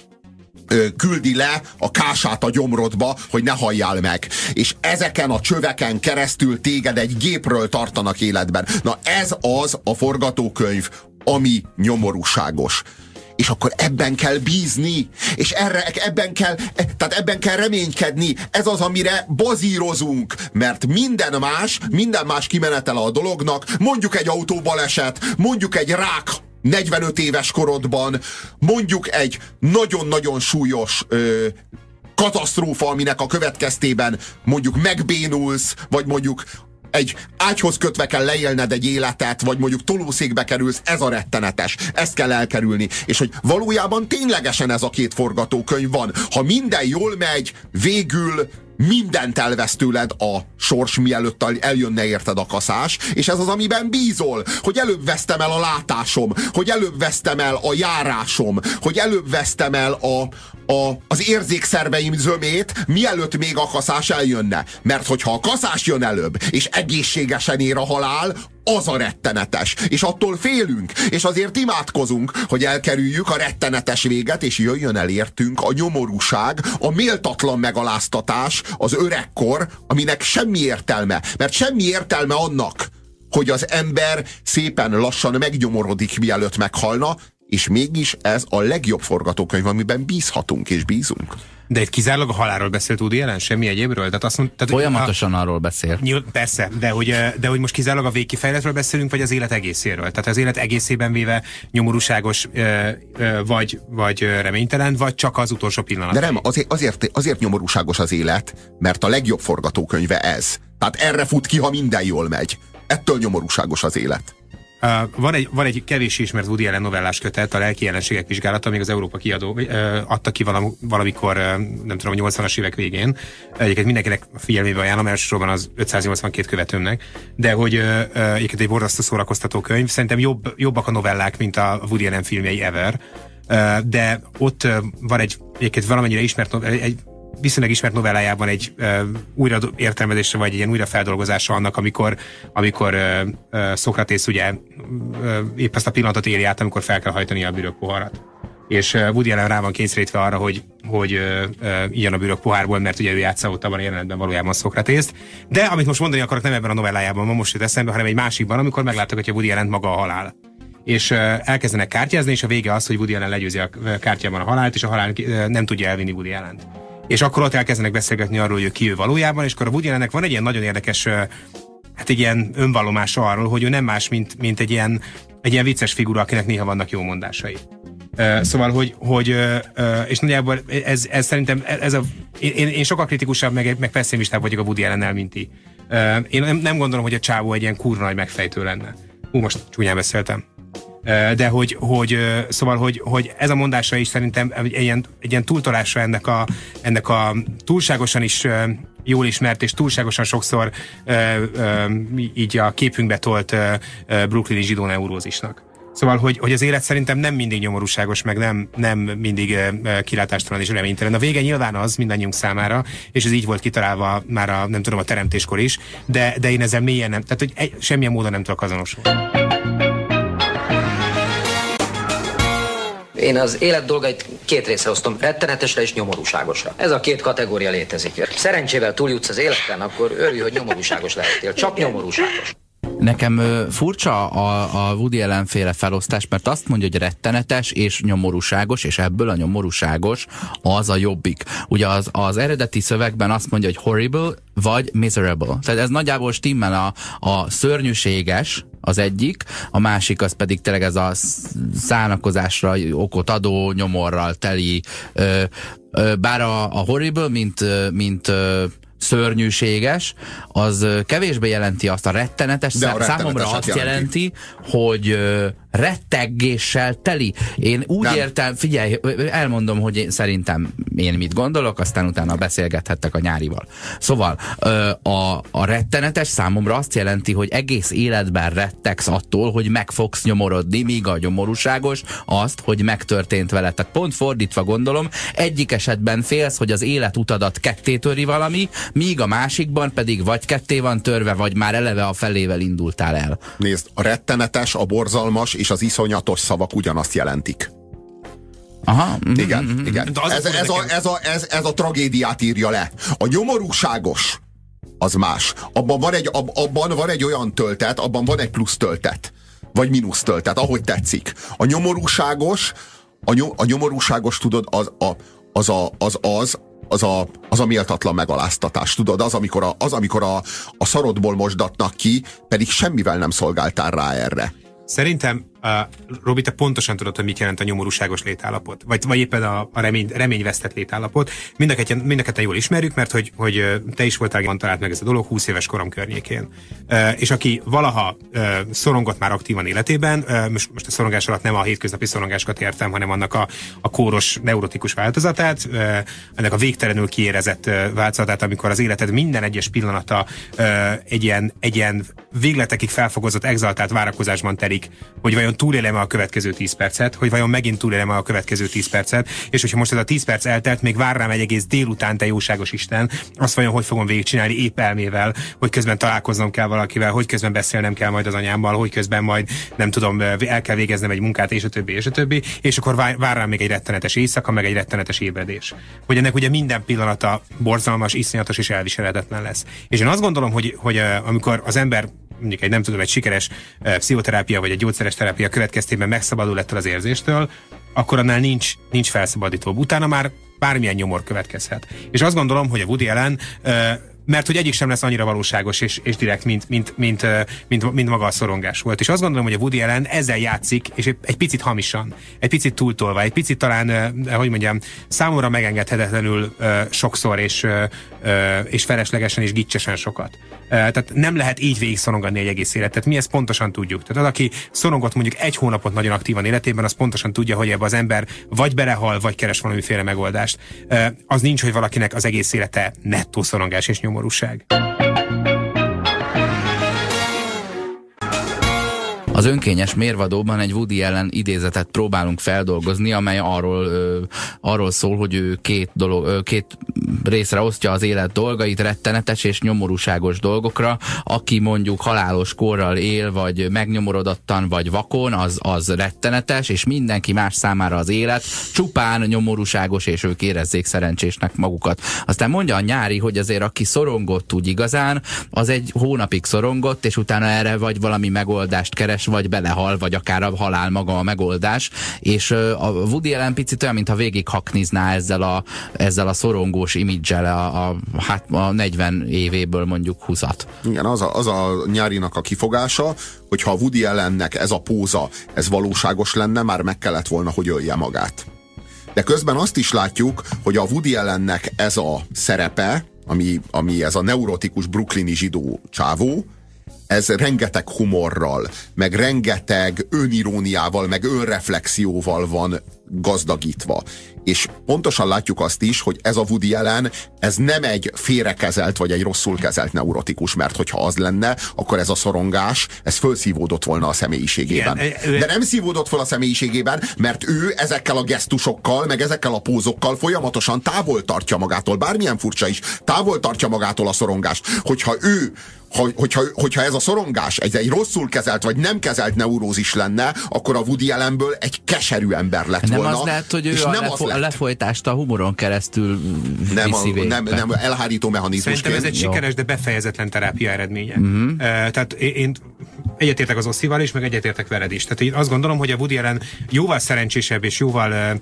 küldi le a kását a gyomrodba, hogy ne halljál meg. És ezeken a csöveken keresztül téged egy gépről tartanak életben. Na ez az a forgatókönyv, ami nyomorúságos. És akkor ebben kell bízni, és ebben kell reménykedni. Ez az, amire bazírozunk, mert minden más kimenetele a dolognak, mondjuk egy autóbaleset, mondjuk egy rák 45 éves korodban, mondjuk egy nagyon-nagyon súlyos katasztrófa, aminek a következtében mondjuk megbénulsz, vagy mondjuk egy ágyhoz kötve kell leélned egy életet, vagy mondjuk tolószékbe kerülsz, ez a rettenetes. Ezt kell elkerülni. És hogy valójában ténylegesen ez a két forgatókönyv van. Ha minden jól megy, végül mindent elvesz tőled a sors, mielőtt eljönne érted a kaszás, és ez az, amiben bízol, hogy előbb vesztem el a látásom, hogy előbb vesztem el a járásom, hogy előbb vesztem el az érzékszerveim zömét, mielőtt még a kaszás eljönne. Mert hogyha a kaszás jön előbb, és egészségesen ér a halál, az a rettenetes. És attól félünk, és azért imádkozunk, hogy elkerüljük a rettenetes véget, és jöjjön el értünk a nyomorúság, a méltatlan megaláztatás, az öregkor, aminek semmi értelme. Mert semmi értelme annak, hogy az ember szépen lassan meggyomorodik, mielőtt meghalna, és mégis ez a legjobb forgatókönyv, amiben bízhatunk és bízunk. De itt kizárólag a halálról beszélt Woody Allen, semmi egyébről? Tehát azt mondta, folyamatosan arról beszél. Persze, de hogy most kizárólag a végkifejletről beszélünk, vagy az élet egészéről? Tehát az élet egészében véve nyomorúságos, vagy reménytelen, vagy csak az utolsó pillanat? De nem, azért nyomorúságos az élet, mert a legjobb forgatókönyve ez. Tehát erre fut ki, ha minden jól megy. Ettől nyomorúságos az élet. Van egy kevés ismert Woody Allen novellás kötet, a Lelki jelenségek vizsgálata, még az Európa kiadó adta ki valamikor, nem tudom, a 80-as évek végén. Egyébként mindenkinek figyelmébe ajánlom, elsősorban az 582 követőmnek, de hogy egyébként egy borzasztó szórakoztató könyv. Szerintem jobbak a novellák, mint a Woody Allen filmjei ever. De ott van egyébként valamennyire ismert egy viszonylag ismert novellájában egy újra értelmezésre, vagy egy ilyen újrafeldolgozása annak, amikor Szokratész ugye épp ezt a pillanatot éli át, amikor fel kell hajtani a bűrök poharat. És Woody Allen rá van kényszerítve arra, hogy ilyen a bűrök pohárból, mert ugye ő játsza ott abban a jelenetben valójában Szokratészt. De amit most mondani akarok, nem ebben a novellájában ma most jut eszembe, hanem egy másikban, amikor meglátogatja Woody Allent maga a halál. És elkezdenek kártyázni, és a vége az, hogy Woody Allen legyőzi a kártyában a halált, és a halál nem tudja elvinni Woody Allent. És akkor ott elkezdenek beszélgetni arról, hogy ki ő valójában, és akkor a Woody Allennek van egy ilyen nagyon érdekes, egy ilyen önvallomása arról, hogy ő nem más, mint egy ilyen vicces figura, akinek néha vannak jó mondásai. Szóval, és nagyjából ez szerintem, én sokkal kritikusabb, meg pessimistább vagyok a Woody Allennel, mint ti. Én nem gondolom, hogy a csávó egy ilyen kurva nagy megfejtő lenne. Most csúnyán beszéltem. De hogy ez a mondása is szerintem egy ilyen túltolása ennek a túlságosan is jól ismert és túlságosan sokszor így a képünkbe tolt brooklyni zsidó neurózisnak. Szóval, hogy az élet szerintem nem mindig nyomorúságos, meg nem mindig kilátástalan és reménytelen. A vége nyilván az mindannyiunk számára, és ez így volt kitalálva már a teremtéskor is, de én ezzel mélyen nem, tehát hogy semmilyen módon nem tudok azonosulni. Én az élet dolgait két részre osztom, rettenetesre és nyomorúságosra. Ez a két kategória létezik. Szerencsével túljutsz az életen, akkor örülj, hogy nyomorúságos lehetél. Csak nyomorúságos. Nekem furcsa a Woody Allen féle felosztás, mert azt mondja, hogy rettenetes és nyomorúságos, és ebből a nyomorúságos az a jobbik. Ugye az eredeti szövegben azt mondja, hogy horrible vagy miserable. Tehát ez nagyjából stimmel a szörnyűséges az egyik, a másik az pedig tényleg ez a szánakozásra okot adó, nyomorral teli, bár a horrible, mint szörnyűséges, az kevésbé jelenti azt, a rettenetes, számomra azt jelenti, hogy retteggéssel teli. Én úgy értem, figyelj, elmondom, hogy szerintem én mit gondolok, aztán utána beszélgethettek a Nyárival. Szóval a rettenetes számomra azt jelenti, hogy egész életben rettegsz attól, hogy meg fogsz nyomorodni, míg a nyomorúságos azt, hogy megtörtént veled. Tehát pont fordítva gondolom, egyik esetben félsz, hogy az életutadat ketté töri valami, míg a másikban pedig vagy ketté van törve, vagy már eleve a felével indultál el. Nézd, a rettenetes, a borzalmas és az iszonyatos szavak ugyanazt jelentik. Aha. Igen. Ez a tragédiát írja le. A nyomorúságos az más. Abban van egy olyan töltet, abban van egy plusz töltet. Vagy mínusz töltet, ahogy tetszik. A nyomorúságos tudod, az a méltatlan megaláztatás, tudod, amikor a szarodból mosdatnak ki, pedig semmivel nem szolgáltál rá erre. Szerintem Robi, te pontosan tudod, hogy mit jelent a nyomorúságos létállapot, vagy éppen a reményvesztett létállapot. Mind a ketten jól ismerjük, mert hogy te is voltál, talált meg ez a dolog 20 éves korom környékén. És aki valaha szorongott már aktívan életében, most a szorongás alatt nem a hétköznapi szorongásokat értem, hanem annak a kóros, neurotikus változatát, ennek a végtelenül kiérezett változatát, amikor az életed minden egyes pillanata egy ilyen végletekig felfogozott, exaltált várakozásban telik, hogy vajon túlélem a következő 10 percet, hogy vajon megint túlélem a következő 10 percet, és hogyha most ez a 10 perc eltelt, még vár rám egy egész délután, te jóságos Isten, azt vajon hogy fogom végigcsinálni épp elmével, hogy közben találkoznom kell valakivel, hogy közben beszélnem kell majd az anyámmal, hogy közben majd nem tudom, el kell végeznem egy munkát, és a többi, és akkor vár rám még egy rettenetes éjszaka, meg egy rettenetes ébredés. Hogy ennek ugye minden pillanata borzalmas, iszonyatos és elviselhetetlen lesz. És én azt gondolom, hogy amikor az ember mondjuk egy sikeres pszichoterápia vagy egy gyógyszeres terápia következtében megszabadul ettől az érzéstől, akkor annál nincs felszabadítóbb. Utána már bármilyen nyomor következhet. És azt gondolom, hogy a Woody Allen, mert hogy egyik sem lesz annyira valóságos és direkt, mint maga a szorongás volt. És azt gondolom, hogy a Woody Allen ezzel játszik, és egy picit hamisan, egy picit túltolva, egy picit talán, számomra megengedhetetlenül sokszor, és feleslegesen és gicsesen sokat. Tehát nem lehet így végig szorongani egy egész életet. Mi ezt pontosan tudjuk. Tehát az, aki szorongott mondjuk egy hónapot nagyon aktívan életében, az pontosan tudja, hogy ebbe az ember vagy belehal, vagy keres valamiféle megoldást. Az nincs, hogy valakinek az egész élete nettó szorongás és nyomorúság. Az önkényes mérvadóban egy Woody Allen idézetet próbálunk feldolgozni, amely arról szól, hogy ő két részre osztja az élet dolgait, rettenetes és nyomorúságos dolgokra. Aki mondjuk halálos korral él, vagy megnyomorodottan, vagy vakon, az rettenetes, és mindenki más számára az élet csupán nyomorúságos, és ők érezzék szerencsésnek magukat. Aztán mondja a Nyári, hogy azért aki szorongott úgy igazán, az egy hónapig szorongott, és utána erre vagy valami megoldást keres, vagy belehal, vagy akár a halál maga a megoldás, és a Woody Allen picit olyan, mintha végig haknizná ezzel a szorongós imidzsel a 40 évéből mondjuk 20-at. Igen, az a Nyárinak a kifogása, hogyha a Woody Allennek ez a póza, ez valóságos lenne, már meg kellett volna, hogy ölje magát. De közben azt is látjuk, hogy a Woody Allennek ez a szerepe, ami ez a neurotikus brooklyni zsidó csávó, ez rengeteg humorral, meg rengeteg öniróniával, meg önreflexióval van gazdagítva. És pontosan látjuk azt is, hogy ez a Woody Allen, ez nem egy félrekezelt, vagy egy rosszul kezelt neurotikus, mert hogyha az lenne, akkor ez a szorongás, ez fölszívódott volna a személyiségében. Igen, de nem szívódott fel a személyiségében, mert ő ezekkel a gesztusokkal, meg ezekkel a pózokkal folyamatosan távol tartja magától, bármilyen furcsa is, távol tartja magától a szorongást. Hogyha ez a szorongás egy rosszul kezelt, vagy nem kezelt neurózis lenne, akkor a Woody Allenből egy keserű ember lett volna. Nem az lehet, hogy ő a lefolytást a humoron keresztül viszi végbe. Nem, elhárító mechanizmusként. Szerintem ez egy sikeres, de befejezetlen terápia eredménye. Tehát én egyetértek az Osszival is, meg egyetértek veled is. Tehát én azt gondolom, hogy a Woody Allen jóval szerencsésebb és jóval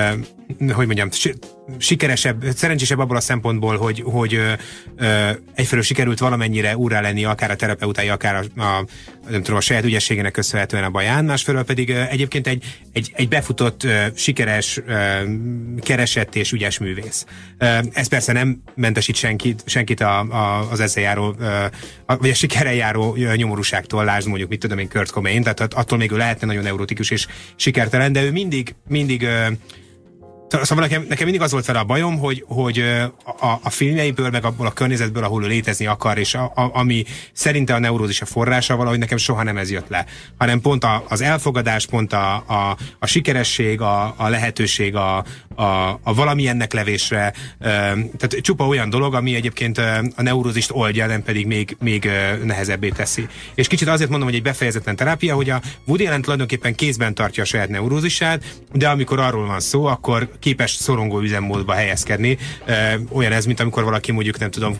szerencsésebb abból a szempontból, hogy egyfelől sikerült valamennyire úrrá lenni, akár a terapeutái, akár a saját ügyességének köszönhetően a baján, másfelől pedig egyébként egy befutott, sikeres, keresett és ügyes művész. Ez persze nem mentesít senkit az ezzel járó, vagy a sikerrel járó nyomorúságtól, lásd mondjuk, mit tudom én, Kurt Cobain, tehát attól még ő lehetne nagyon neurotikus és sikertelen, de ő mindig szóval nekem mindig az volt vele a bajom, hogy a filmjeiből, meg abból a környezetből, ahol ő létezni akar, és ami szerinte a neurózis a forrása, valahogy nekem soha nem ez jött le. Hanem pont az elfogadás, pont a sikeresség, a lehetőség, a valamilyennek levésre. Tehát csupa olyan dolog, ami egyébként a neurózist oldja, nem pedig még nehezebbé teszi. És kicsit azért mondom, hogy egy befejezetlen terápia, hogy a Woody Allen tulajdonképpen kézben tartja a saját neurózisát, de amikor arról van szó, akkor képes szorongó üzemmódba helyezkedni. Olyan ez, mint amikor valaki mondjuk, nem tudom,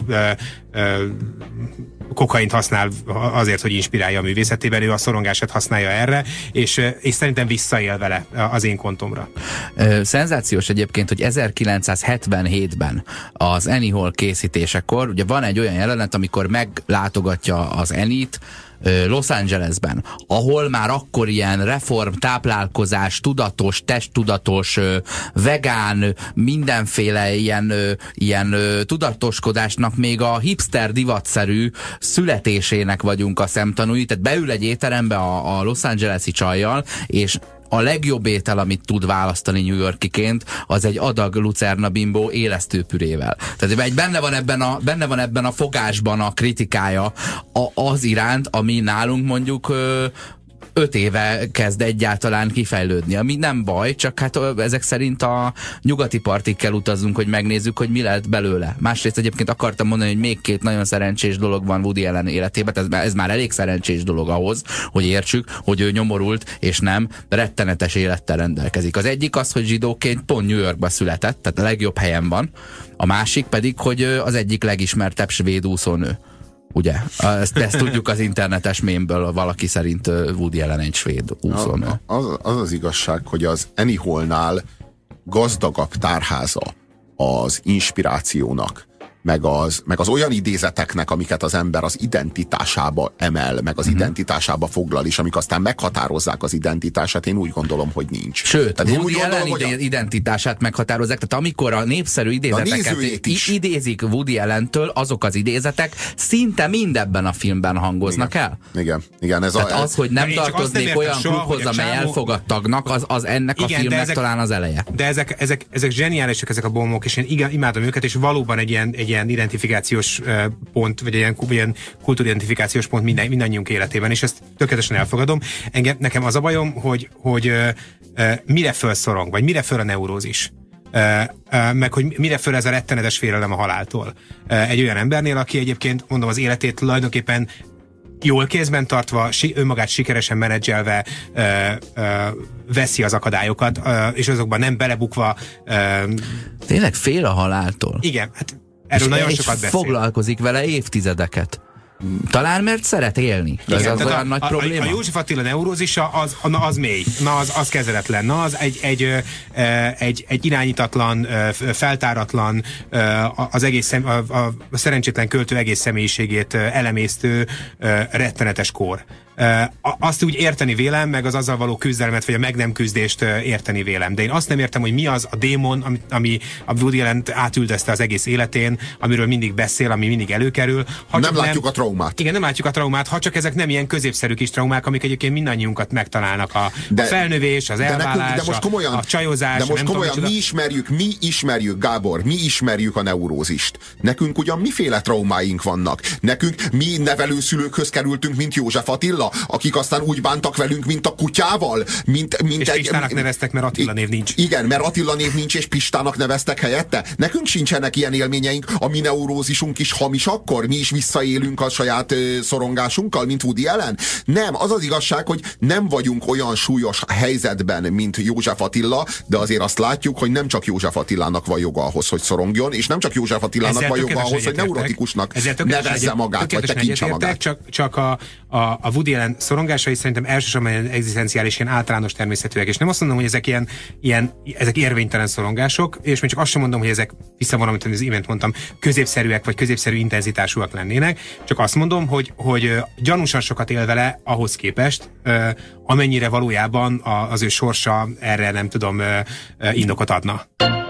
kokaint használ azért, hogy inspirálja a művészetében, ő a szorongását használja erre, és szerintem visszaél vele az én kontomra. Szenzációs egyébként, hogy 1977-ben az Annie Hall készítésekor, ugye van egy olyan jelenet, amikor meglátogatja az Annie-t Los Angelesben, ahol már akkor ilyen reform, táplálkozás, tudatos, testtudatos, vegán, mindenféle ilyen tudatoskodásnak még a hipster divatszerű születésének vagyunk a szemtanúi. Tehát beül egy étterembe a Los Angeles-i csajjal, és a legjobb étel, amit tud választani New Yorkiként, az egy adag lucerna bimbó élesztőpürével. Tehát benne van ebben a fogásban a kritikája az iránt, ami nálunk mondjuk 5 éve kezd egyáltalán kifejlődni, ami nem baj, csak hát ezek szerint a nyugati partikkel utazunk, hogy megnézzük, hogy mi lehet belőle. Másrészt egyébként akartam mondani, hogy még 2 nagyon szerencsés dolog van Woody Allen életében, ez már elég szerencsés dolog ahhoz, hogy értsük, hogy ő nyomorult, és nem rettenetes élettel rendelkezik. Az egyik az, hogy zsidóként pont New Yorkba született, tehát a legjobb helyen van. A másik pedig, hogy az egyik legismertebb svéd úszónő. Ugye? Ezt tudjuk az internetes mémből, valaki szerint Woody Allen egy svéd úszónő. Az igazság, hogy az Annie Hallnál gazdagabb tárháza az inspirációnak, meg az olyan idézeteknek, amiket az ember az identitásába emel, meg az identitásába foglal, és amik aztán meghatározzák az identitását, én úgy gondolom, hogy nincs. Sőt, Woody Allen identitását meghatározzák, tehát amikor a népszerű idézeteket idézik Woody Allentől, azok az idézetek szinte mindebben a filmben hangoznak el. Igen. Az, hogy nem tartoznék olyan klubhoz, amely elfogad tagnak, az ennek a filmnek talán az eleje. De ezek zseniálisak, ezek a bombok, és én imádom őket, és valóban egy ilyen identifikációs pont, vagy egy ilyen kultúridentifikációs pont mindannyiunk életében, és ezt tökéletesen elfogadom. Nekem az a bajom, hogy mire fölszorong, vagy mire föl a neurózis. Meg hogy mire föl ez a rettenetes félelem a haláltól. Egy olyan embernél, aki egyébként, mondom, az életét tulajdonképpen jól kézben tartva, önmagát sikeresen menedzselve veszi az akadályokat, és azokban nem belebukva. Tényleg fél a haláltól. Igen, hát erről nagyon sokat beszél. Foglalkozik vele évtizedeket. Talán mert szeret élni. Ez az olyan nagy probléma. A József Attila neurózisa az mély, az kezeletlen, az egy irányítatlan, feltáratlan, az egész a szerencsétlen költő egész személyiségét elemésztő rettenetes kór. Azt úgy érteni vélem, meg az azzal való küzdelmet, vagy a meg nem küzdést érteni vélem. De én azt nem értem, hogy mi az a démon, ami a Woody Allent átüldözte az egész életén, amiről mindig beszél, ami mindig előkerül. Nem látjuk a traumát. Igen, nem látjuk a traumát, ha csak ezek nem ilyen középszerű kis traumák, amik egyébként mindannyiunkat megtalálnak. A felnövés, az elválás, a csajozás. De most komolyan, mi ismerjük, Gábor, mi ismerjük a neurózist. Nekünk ugyan miféle traumáink vannak? Mi nevelőszülőkhöz kerültünk, mint József Attila, akik aztán úgy bántak velünk, mint a kutyával. És Pistának neveztek, mert Attila név nincs. Igen, mert Attila név nincs, és Pistának neveztek helyette. Nekünk sincsenek ilyen élményeink, a mi neurózisunk is hamis akkor? Mi is visszaélünk a saját szorongásunkkal, mint Woody Allen? Nem, az az igazság, hogy nem vagyunk olyan súlyos helyzetben, mint József Attila, de azért azt látjuk, hogy nem csak József Attilának van joga ahhoz, hogy szorongjon, és nem csak József Attilának van joga ahhoz, hogy neurotikusnak nevezze magát, vagy tekintse magát. Csak a Woody Allen szorongásai szerintem elsősorban egzisztenciális, ilyen általános természetűek, és nem azt mondom, hogy ezek érvénytelen szorongások, és még csak azt sem mondom, hogy ezek visszavonom, amit az imént mondtam, középszerűek, vagy középszerű intenzitásúak lennének, csak azt mondom, hogy gyanúsan sokat él vele ahhoz képest, amennyire valójában az ő sorsa erre nem tudom indokot adna.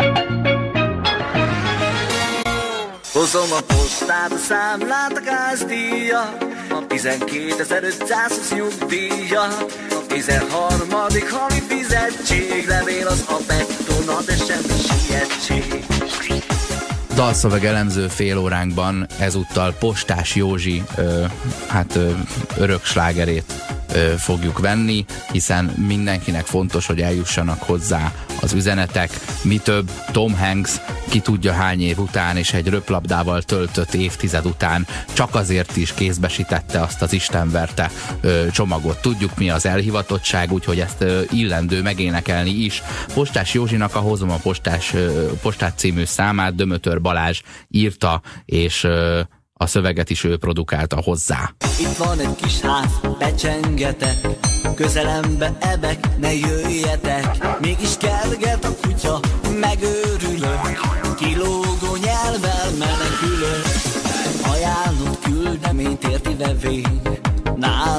Hozom a postát, a számlát, a gázdíja, a 12.520 nyugdíja, a 13. havi fizetség, levél az a betona, de semmi sietség. Dalszöveg elemző fél óránkban ezúttal Postás Józsi örök slágerét fogjuk venni, hiszen mindenkinek fontos, hogy eljussanak hozzá az üzenetek. Mi több, Tom Hanks ki tudja hány év után és egy röplabdával töltött évtized után csak azért is kézbesítette azt az istenverte csomagot. Tudjuk, mi az elhivatottság, úgyhogy ezt illendő megénekelni is. Postás Józsinak a Hozom a postát című számát Dömötör Balázs írta, és a szöveget is ő produkálta hozzá. Itt van egy kis ház, becsengetek, közelembe ebek, ne jöjjetek. Mégis kerget a kutya, megőrülök, kilógó nyelvvel menekülök. Ajánlott küldeményt érti vevény, nálunk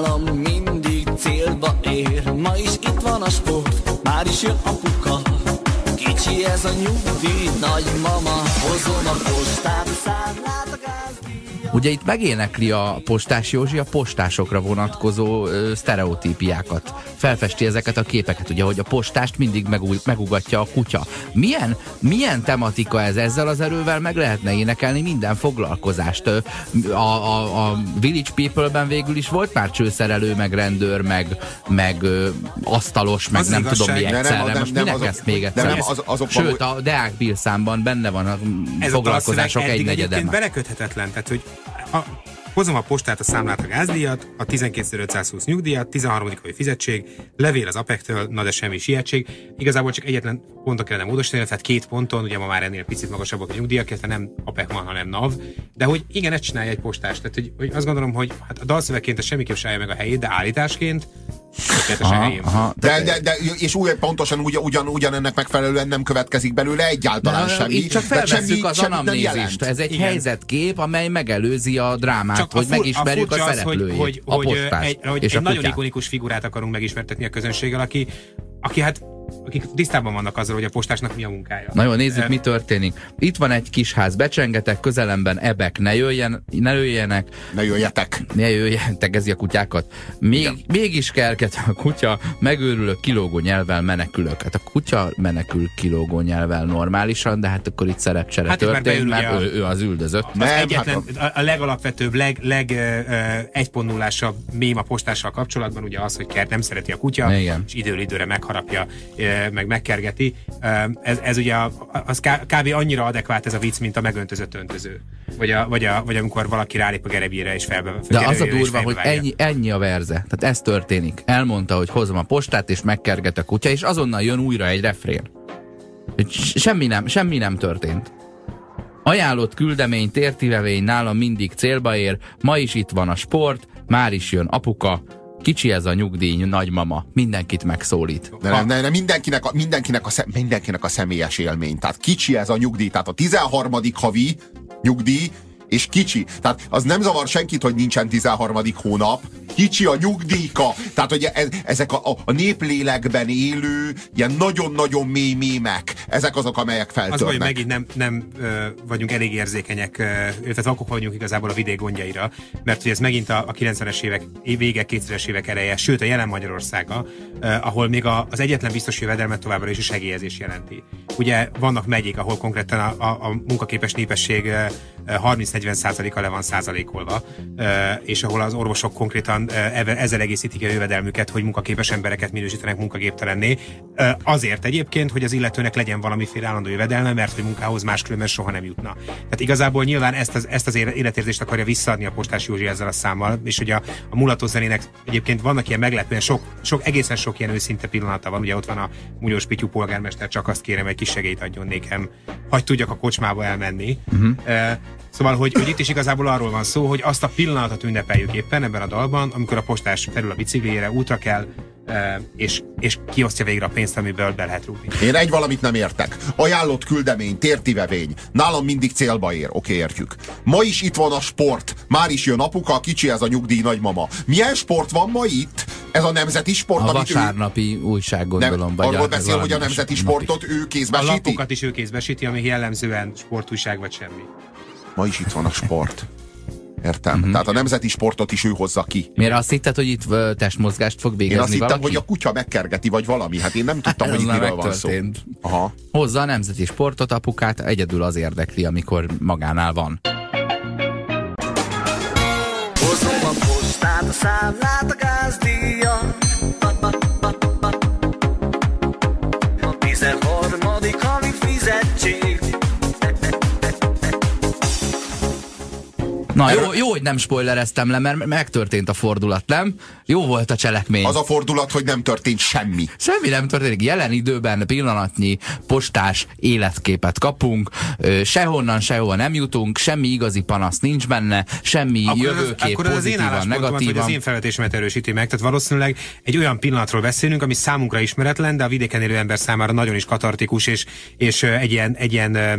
is jön apuka, kicsi ez a nyugdíj, nagymama, hozom a postát, a számlát, a gázdíjat. Ugye itt megénekli a Postás Józsi a postásokra vonatkozó sztereotípiákat. Felfesti ezeket a képeket, ugye, hogy a postást mindig megugatja a kutya. Milyen tematika ez? Ezzel az erővel meg lehetne énekelni minden foglalkozást. A Village People-ben végül is volt már csőszerelő, meg rendőr, meg asztalos, meg az nem igazság. Tudom mi egyszerre. Most minek ezt még egyszer? Sőt, a Deák Bill számban benne van a foglalkozások egynegyede. Beleköthetetlen, tehát hogy hozom a postát, a számlát, a gázdíjat, a 12.520 nyugdíjat, 13. havi fizetség, levél az APEC-től, na de semmi sietség. Igazából csak egyetlen ponton kellene módosítani, tehát 2 ponton, ugye ma már ennél picit magasabbak a nyugdíjak, illetve nem APEC van, hanem NAV, de hogy igen, ezt csinálja egy postás. Tehát hogy azt gondolom, hogy hát a dalszövegként ez semmiképp se állja meg a helyét, de állításként és pontosan ugyanennek megfelelően nem következik belőle egyáltalán semmi. Itt csak felvesszük az anamnézist. Ez egy helyzetkép, amely megelőzi a drámát, csak hogy megismerjük a szereplőjét. Egy nagyon ikonikus figurát akarunk megismertetni a közönséggel, akik tisztában vannak azzal, hogy a postásnak mi a munkája. Na jó, nézzük, mi történik. Itt van egy kis ház, becsengetek, közelemben ebek, ne jöjjenek. Ne jöjjetek, tegezi a kutyákat. Mégis kerket a kutya, megőrülök, kilógó nyelvvel menekülök. Hát a kutya menekül kilógó nyelvvel normálisan, de hát akkor itt szerepcsere történt, mert ő az üldözött. A legalapvetőbb, egy 1.0-ásabb mém a postással kapcsolatban ugye az, hogy Kert nem szereti a kutya, és időről időre megharapja, meg megkergeti. Ez ugye az kb. Annyira adekvát ez a vicc, mint a megöntözött öntöző. Vagy amikor valaki rálép a gerebjére és felbe. De az a durva, hogy ennyi a verze. Tehát ez történik. Elmondta, hogy hozom a postát, és megkerget a kutya, és azonnal jön újra egy refrén. Semmi nem történt. Ajánlott küldemény, tértivevény, nálam mindig célba ér, ma is itt van a sport, már is jön apuka, kicsi ez a nyugdíj, nagymama, mindenkit megszólít. De mindenkinek a személyes élmény. Tehát kicsi ez a nyugdíj, tehát a 13. havi nyugdíj, és kicsi. Tehát az nem zavar senkit, hogy nincsen 13. hónap. Kicsi a nyugdíjka. Tehát, hogy ezek a néplélekben élő, ilyen nagyon-nagyon mély mémek, ezek azok, amelyek feltörnek. Az, hogy megint nem vagyunk elég érzékenyek, tehát akkor vagyunk igazából a vidék gondjaira, mert hogy ez megint a 90-es évek vége, 2000-es évek eleje, sőt a jelen Magyarországa, ahol még az egyetlen biztos jövedelmet továbbra is a segélyezés jelenti. Ugye vannak megyék, ahol konkrétan a munkaképes népesség 30-40%-a le van százalékolva, és ahol az orvosok konkrétan ezzel egészítik a jövedelmüket, hogy munkaképes embereket minősítenek munkagéptelenné. Azért egyébként, hogy az illetőnek legyen valamiféle állandó jövedelme, mert hogy munkához máskülönben soha nem jutna. Tehát igazából nyilván ezt az életérzést akarja visszaadni a Postás Józsi ezzel a számmal, és hogy a mulató zenének egyébként vannak ilyen meglepően egészen sok ilyen őszinte pillanata van. Ugye ott van a Munyós Pityu polgármester, csak azt kérem, egy kis segélyt adjon nékem, hagy tudjak a kocsmába elmenni. Szóval, hogy itt is igazából arról van szó, hogy azt a pillanatot ünnepeljük éppen ebben a dalban, amikor a postás felül a bicikliére, útra kell, és kiosztja végre a pénzt, amiből be lehet rúgni. Én egy valamit nem értek. Ajánlott küldemény, tértivevény, nálam mindig célba ér. Oké, értjük. Ma is itt van a sport. Már is jön apuka, kicsi ez a nyugdíj, nagymama. Milyen sport van ma itt? Ez a nemzeti sport, a vasárnapi újság, gondolom. Arról beszél, hogy a nemzeti sportot ő kézbesíti? A lapokat is ő kézbesíti, ami jellemzően sportújság vagy semmi. Ma is itt van a sport. Értem. Tehát a nemzeti sportot is ő hozza ki. Miért azt hitted, hogy itt testmozgást fog végezni valaki? Én azt hittem, hogy a kutya megkergeti, vagy valami. Hát én nem tudtam, hogy itt miről van szó. Aha. Hozza a nemzeti sportot, apukát egyedül az érdekli, amikor magánál van. Hozom a postát, a számlát, a gázdíjat. A 13. havi fizetség. Na jó, hogy nem spoilereztem le, mert megtörtént a fordulat, nem? Jó volt a cselekmény. Az a fordulat, hogy nem történt semmi. Semmi nem történik. Jelen időben pillanatnyi postás életképet kapunk, sehonnan sehova nem jutunk, semmi igazi panasz nincs benne, semmi jövőkép, pozitívan, negatívan. Vagy az én felvetésemet erősíti meg, tehát valószínűleg egy olyan pillanatról beszélünk, ami számunkra ismeretlen, de a vidéken élő ember számára nagyon is katartikus, és egy ilyen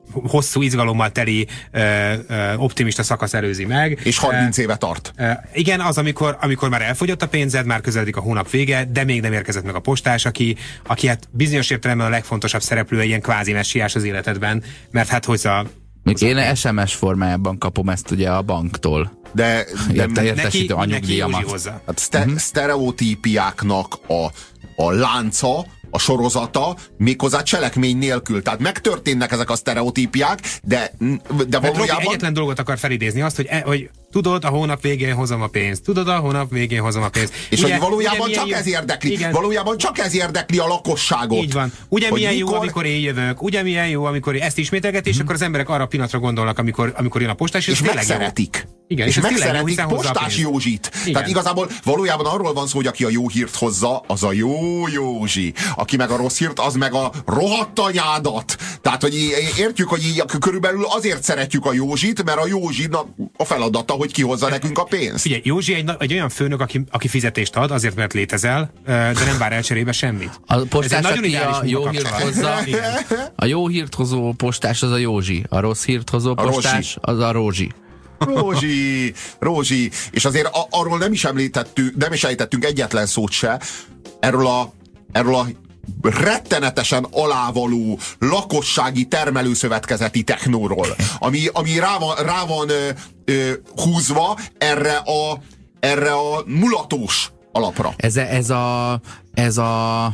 hosszú izgalommal teli optimista szakasz előzi meg. És 30 éve tart. Igen, az, amikor már elfogyott a pénzed, már közeledik a hónap vége, de még nem érkezett meg a postás, aki hát bizonyos értelemben a legfontosabb szereplő, ilyen kvázi messiás az életedben, mert hát én SMS formájában kapom ezt ugye a banktól. De értesítő anyugdíjamat. Hát sztereotípiáknak a lánca, a sorozata méghozzá cselekmény nélkül. Tehát megtörténnek ezek a sztereotípiák, de valójában... Egyetlen dolgot akar felidézni, azt, hogy tudod, a hónap végén hozom a pénzt. Tudod, a hónap végén hozom a pénzt. És ugye, hogy valójában csak ez érdekli. Igen. Valójában csak ez érdekli a lakosságot. Így van. Ugye milyen jó, amikor én jövök. Ugye milyen jó, amikor ezt ismételget, és akkor az emberek arra a pillanatra gondolnak, amikor jön a postás, és megszeretik. Igen, és megszeretik Postás Józsit. Igen. Tehát igazából valójában arról van szó, hogy aki a jó hírt hozza, az a jó Józsi. Aki meg a rossz hírt, az meg a rohadt anyádat. Tehát, hogy értjük, hogy így körülbelül azért szeretjük a Józsit, mert a Józsinak a feladata, hogy kihozza nekünk a pénzt. Figyelj, Józsi egy olyan főnök, aki fizetést ad, azért, mert létezel, de nem vár el cserébe semmit. A postás, aki a jó hírt hozza, a jó hírt hozó postás az a Józsi. A rossz hírt hozó postás az a Rózsi. Rózsi. És azért arról nem is ejtettünk egyetlen szót se, erről a rettenetesen alávaló lakossági termelőszövetkezeti technóról, ami rá van húzva erre a mulatós alapra. Ez a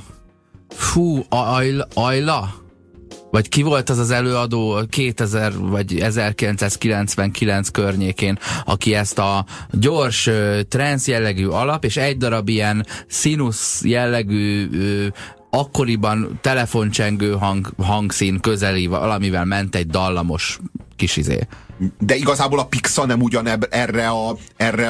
Ajla? Vagy ki volt az előadó 2000 vagy 1999 környékén, aki ezt a gyors trance jellegű alap, és egy darab ilyen színusz jellegű akkoriban telefoncsengő hangszín közeli valamivel ment egy dallamos kis izé. De igazából a Pixa nem erre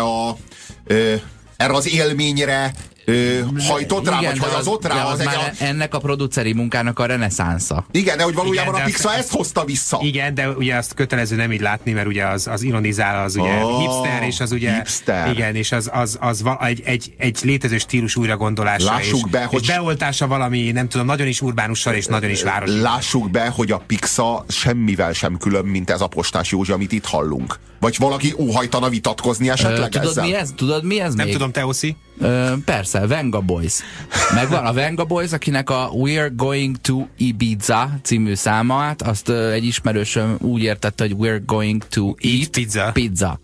az élményre hajtott rá, vagy hajazott rá. Ennek a produceri munkának a reneszánsza. Igen, de hogy valójában a Pixa ezt hozta vissza. Igen, de ugye azt kötelező nem így látni, mert ugye az ironizál, az ugye hipster, és az ugye hipster. Igen, és az egy létező stílus újragondolása. Lássuk be, hogy beoltása valami, nem tudom, nagyon is urbánussal, és nagyon is városi. Lássuk be, hogy a Pixa semmivel sem különb, mint ez a Postás Józsi, amit itt hallunk. Vagy valaki óhajtana vitatkozni esetleg ezzel? Tudod mi ez nem még? Tudom, te Oszi? Persze, Venga Boys. Megvan a Venga Boys, akinek a We're Going to Ibiza című számát, azt egy ismerősöm úgy értette, hogy We're Going to Eat Pizza.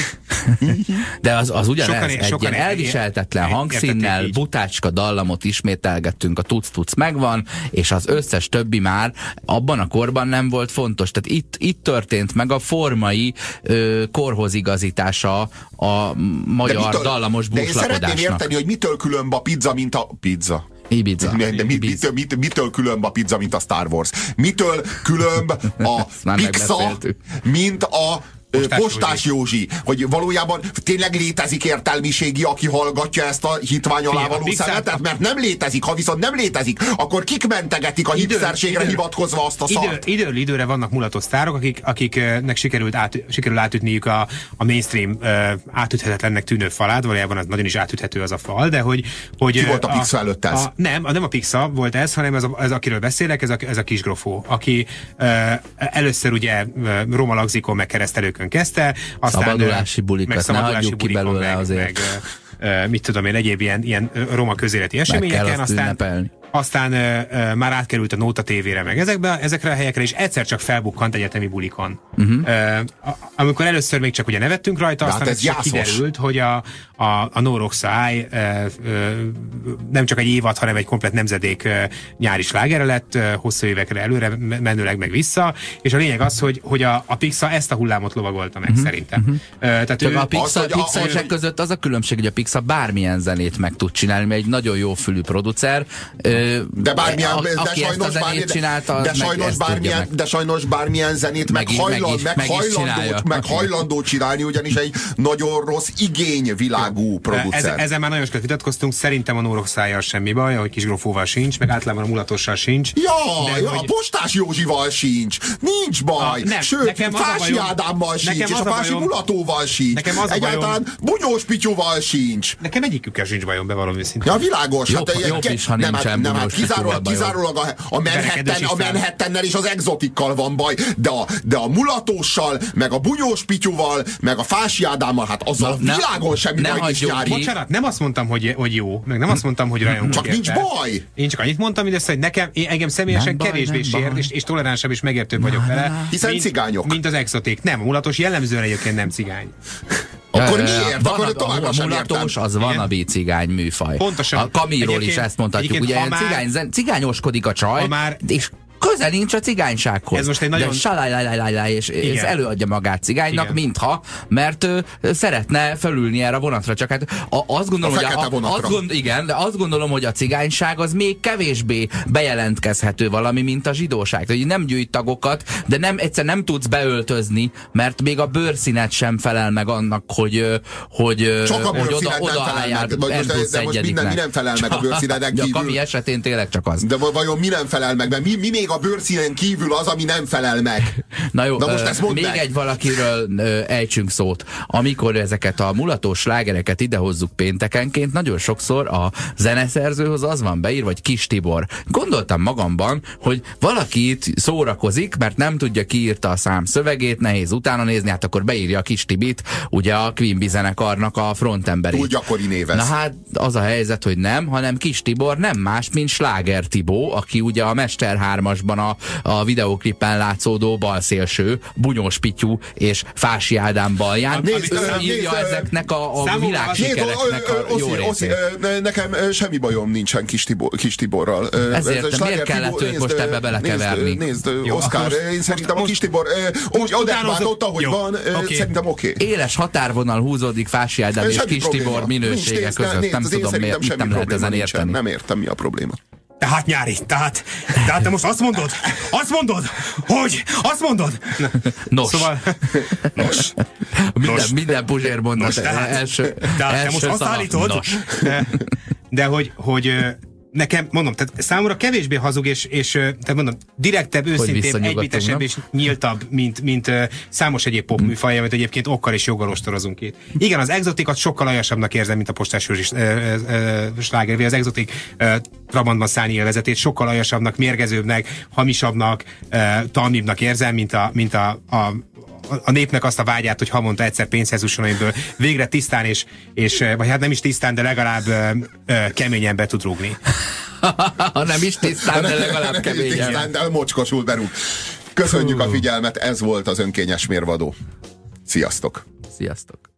De az ugyanez, egy ilyen elviselhetetlen hangszínnel, butácska dallamot ismételgettünk, a tuc-tuc megvan, és az összes többi már abban a korban nem volt fontos. Tehát itt történt meg a formai korhoz igazítása a magyar dallamos búslakodásnak. De én szeretném érteni, hogy mitől különb a pizza, mint a pizza. Ibiza. De mitől különb a pizza, mint a Star Wars? Mitől különb a Pixa, mint a Postás Józsi, hogy valójában tényleg létezik értelmiségi, aki hallgatja ezt a hitvány alá való szemetet, mert nem létezik, ha viszont nem létezik, akkor kik mentegetik a hipsterségre hivatkozva azt a szart? Időről időre vannak mulatos sztárok, akiknek sikerül átütniük a mainstream átüthetetlennek tűnő falát, valójában az nagyon is átüthető az a fal, de hogy ki volt a Pixa előtt ez? Nem a Pixa volt ez, hanem ez akiről beszélek, ez a Kisgrofó, aki először ugye Roma Lagzikon meg Keresztelőkön kezdte, aztán szabadulási bulikat, ne hagyjuk ki belőle azért. Mit tudom én, egyéb ilyen roma közéleti eseményeken, aztán már átkerült a Nóta TV-re, meg ezekre a helyekre, és egyszer csak felbukkant egyetemi bulikon. Amikor először még csak ugye nevettünk rajta, aztán ez kiderült, hogy a No Rocks Eye nem csak egy évad, hanem egy komplet nemzedék nyári slágere lett, hosszú évekre előre menőleg meg vissza, és a lényeg az, hogy a Pixa ezt a hullámot lovagolta meg szerintem. Tehát a Pixa között az a különbség, hogy a Pixa bármilyen zenét meg tud csinálni, mert egy nagyon jó fülű producer, de sajnos bármilyen zenét meg hajlandó csinálni, ugyanis egy nagyon rossz igényvilágú producer. Ezen már nagyon sokat vitatkoztunk, szerintem a No Rocks Eye-jal semmi baj, hogy Kisgrófóval sincs, meg általában a mulatossal sincs. A Postás Józsival sincs, nincs baj. Sőt, Fási Ádámmal sincs, és a Fási Mulatóval sincs. Egyáltalán Bunyós Pityóval sincs. Nekem egyikükkel sincs bajom, bevallom őszintén. Ja, világos. Jobb is, ha nincsen hát kizárólag a Manhattannel és az Exotikkal van baj, de a mulatóssal, meg a bunyós pityúval, meg a Fási Ádámmal, hát azzal világon semmi baj nincs, Nyári. Bocsánat, nem azt mondtam, hogy jó, meg nem azt mondtam, hogy rajongok. Csak nincs baj! Én csak annyit mondtam, hogy engem személyesen kevésbé sért, és toleránsabb és megértőbb vagyok vele. Hiszen cigányok. Mint az Exotik. Nem, a mulatos jellemzően egyébként nem cigány. Akkor miért? A mulatos az wannabe cigány műfaj. Pontosan. A Kamilról is ezt mondhatjuk. Ugye cigányoskodik a csaj, és közel nincs a cigánysághoz. Ez most egy nagyon... és előadja magát cigánynak, igen, mintha, mert szeretne felülni erre a vonatra. Csak hát azt gondolom, hogy a cigányság az még kevésbé bejelentkezhető valami, mint a zsidóság. Tehát nem gyűjt tagokat, de egyszer nem tudsz beöltözni, mert még a bőrszínet sem felel meg annak, hogy odaálljál de most minden felel meg a bőrszíneden kívül. A Kami esetén tényleg csak az. De vajon mi nem felel meg? Mert mi még a bőrszínen kívül az, ami nem felel meg? Na jó, most ezt még egy valakiről ejtsünk szót. Amikor ezeket a mulatós slágereket idehozzuk péntekenként, nagyon sokszor a zeneszerzőhoz az van beírva, vagy Kis Tibor. Gondoltam magamban, hogy valaki itt szórakozik, mert nem tudja, ki írta a szám szövegét, nehéz utána nézni, hát akkor beírja a Kis Tibit, ugye a Queen Bee zenekarnak a frontemberét. Túl gyakori névez. Na hát az a helyzet, hogy nem, hanem Kis Tibor nem más, mint Sláger Tibó, aki ugye a Mester 3-asban a videóklippen látszódó balszélső, Bunyós Pityú és Fási Ádám balján. Ő írja ezeknek a világsikereknek a jó részét. Nekem semmi bajom nincsen Kis Tiborral. Ezért miért kellett őt most ebbe belekeverni? Nézd, Oszkár, én szerintem a Kis Tibor úgy adekvált, ahogy van, szerintem oké. Éles határvonal húzódik Fási Ádám és Kis Tibor minősége között. Nem tudom, miért nem lehet ezen érteni. Nem értem, mi a probléma. Tehát Nyári, tehát te most azt mondod, hogy azt mondod? Nos. Szóval, nos. Minden Puzsér mondat első te most azt állítod, de hogy nekem, mondom, tehát számomra kevésbé hazug, és tehát mondom, direktebb, őszintébb, egymitesebb és nyíltabb, mint számos egyéb popműfaj, amit egyébként okkal és joggal ostorozunk itt. Igen, az Exotikat sokkal aljasabbnak érzem, mint a Postás Józsi sláger, az Exotik Trabantban szállni élvezetét sokkal aljasabbnak, mérgezőbbnek, hamisabbnak, talmibbnak érzem, mint a népnek azt a vágyát, hogy havonta egyszer pénzhez jusson, amiből végre tisztán és vagy hát nem is tisztán, de legalább keményen be tud rúgni. Nem is tisztán, de legalább keményen. Tisztán, de mocskosul berúg. Köszönjük a figyelmet, ez volt az Önkényes Mérvadó. Sziasztok! Sziasztok!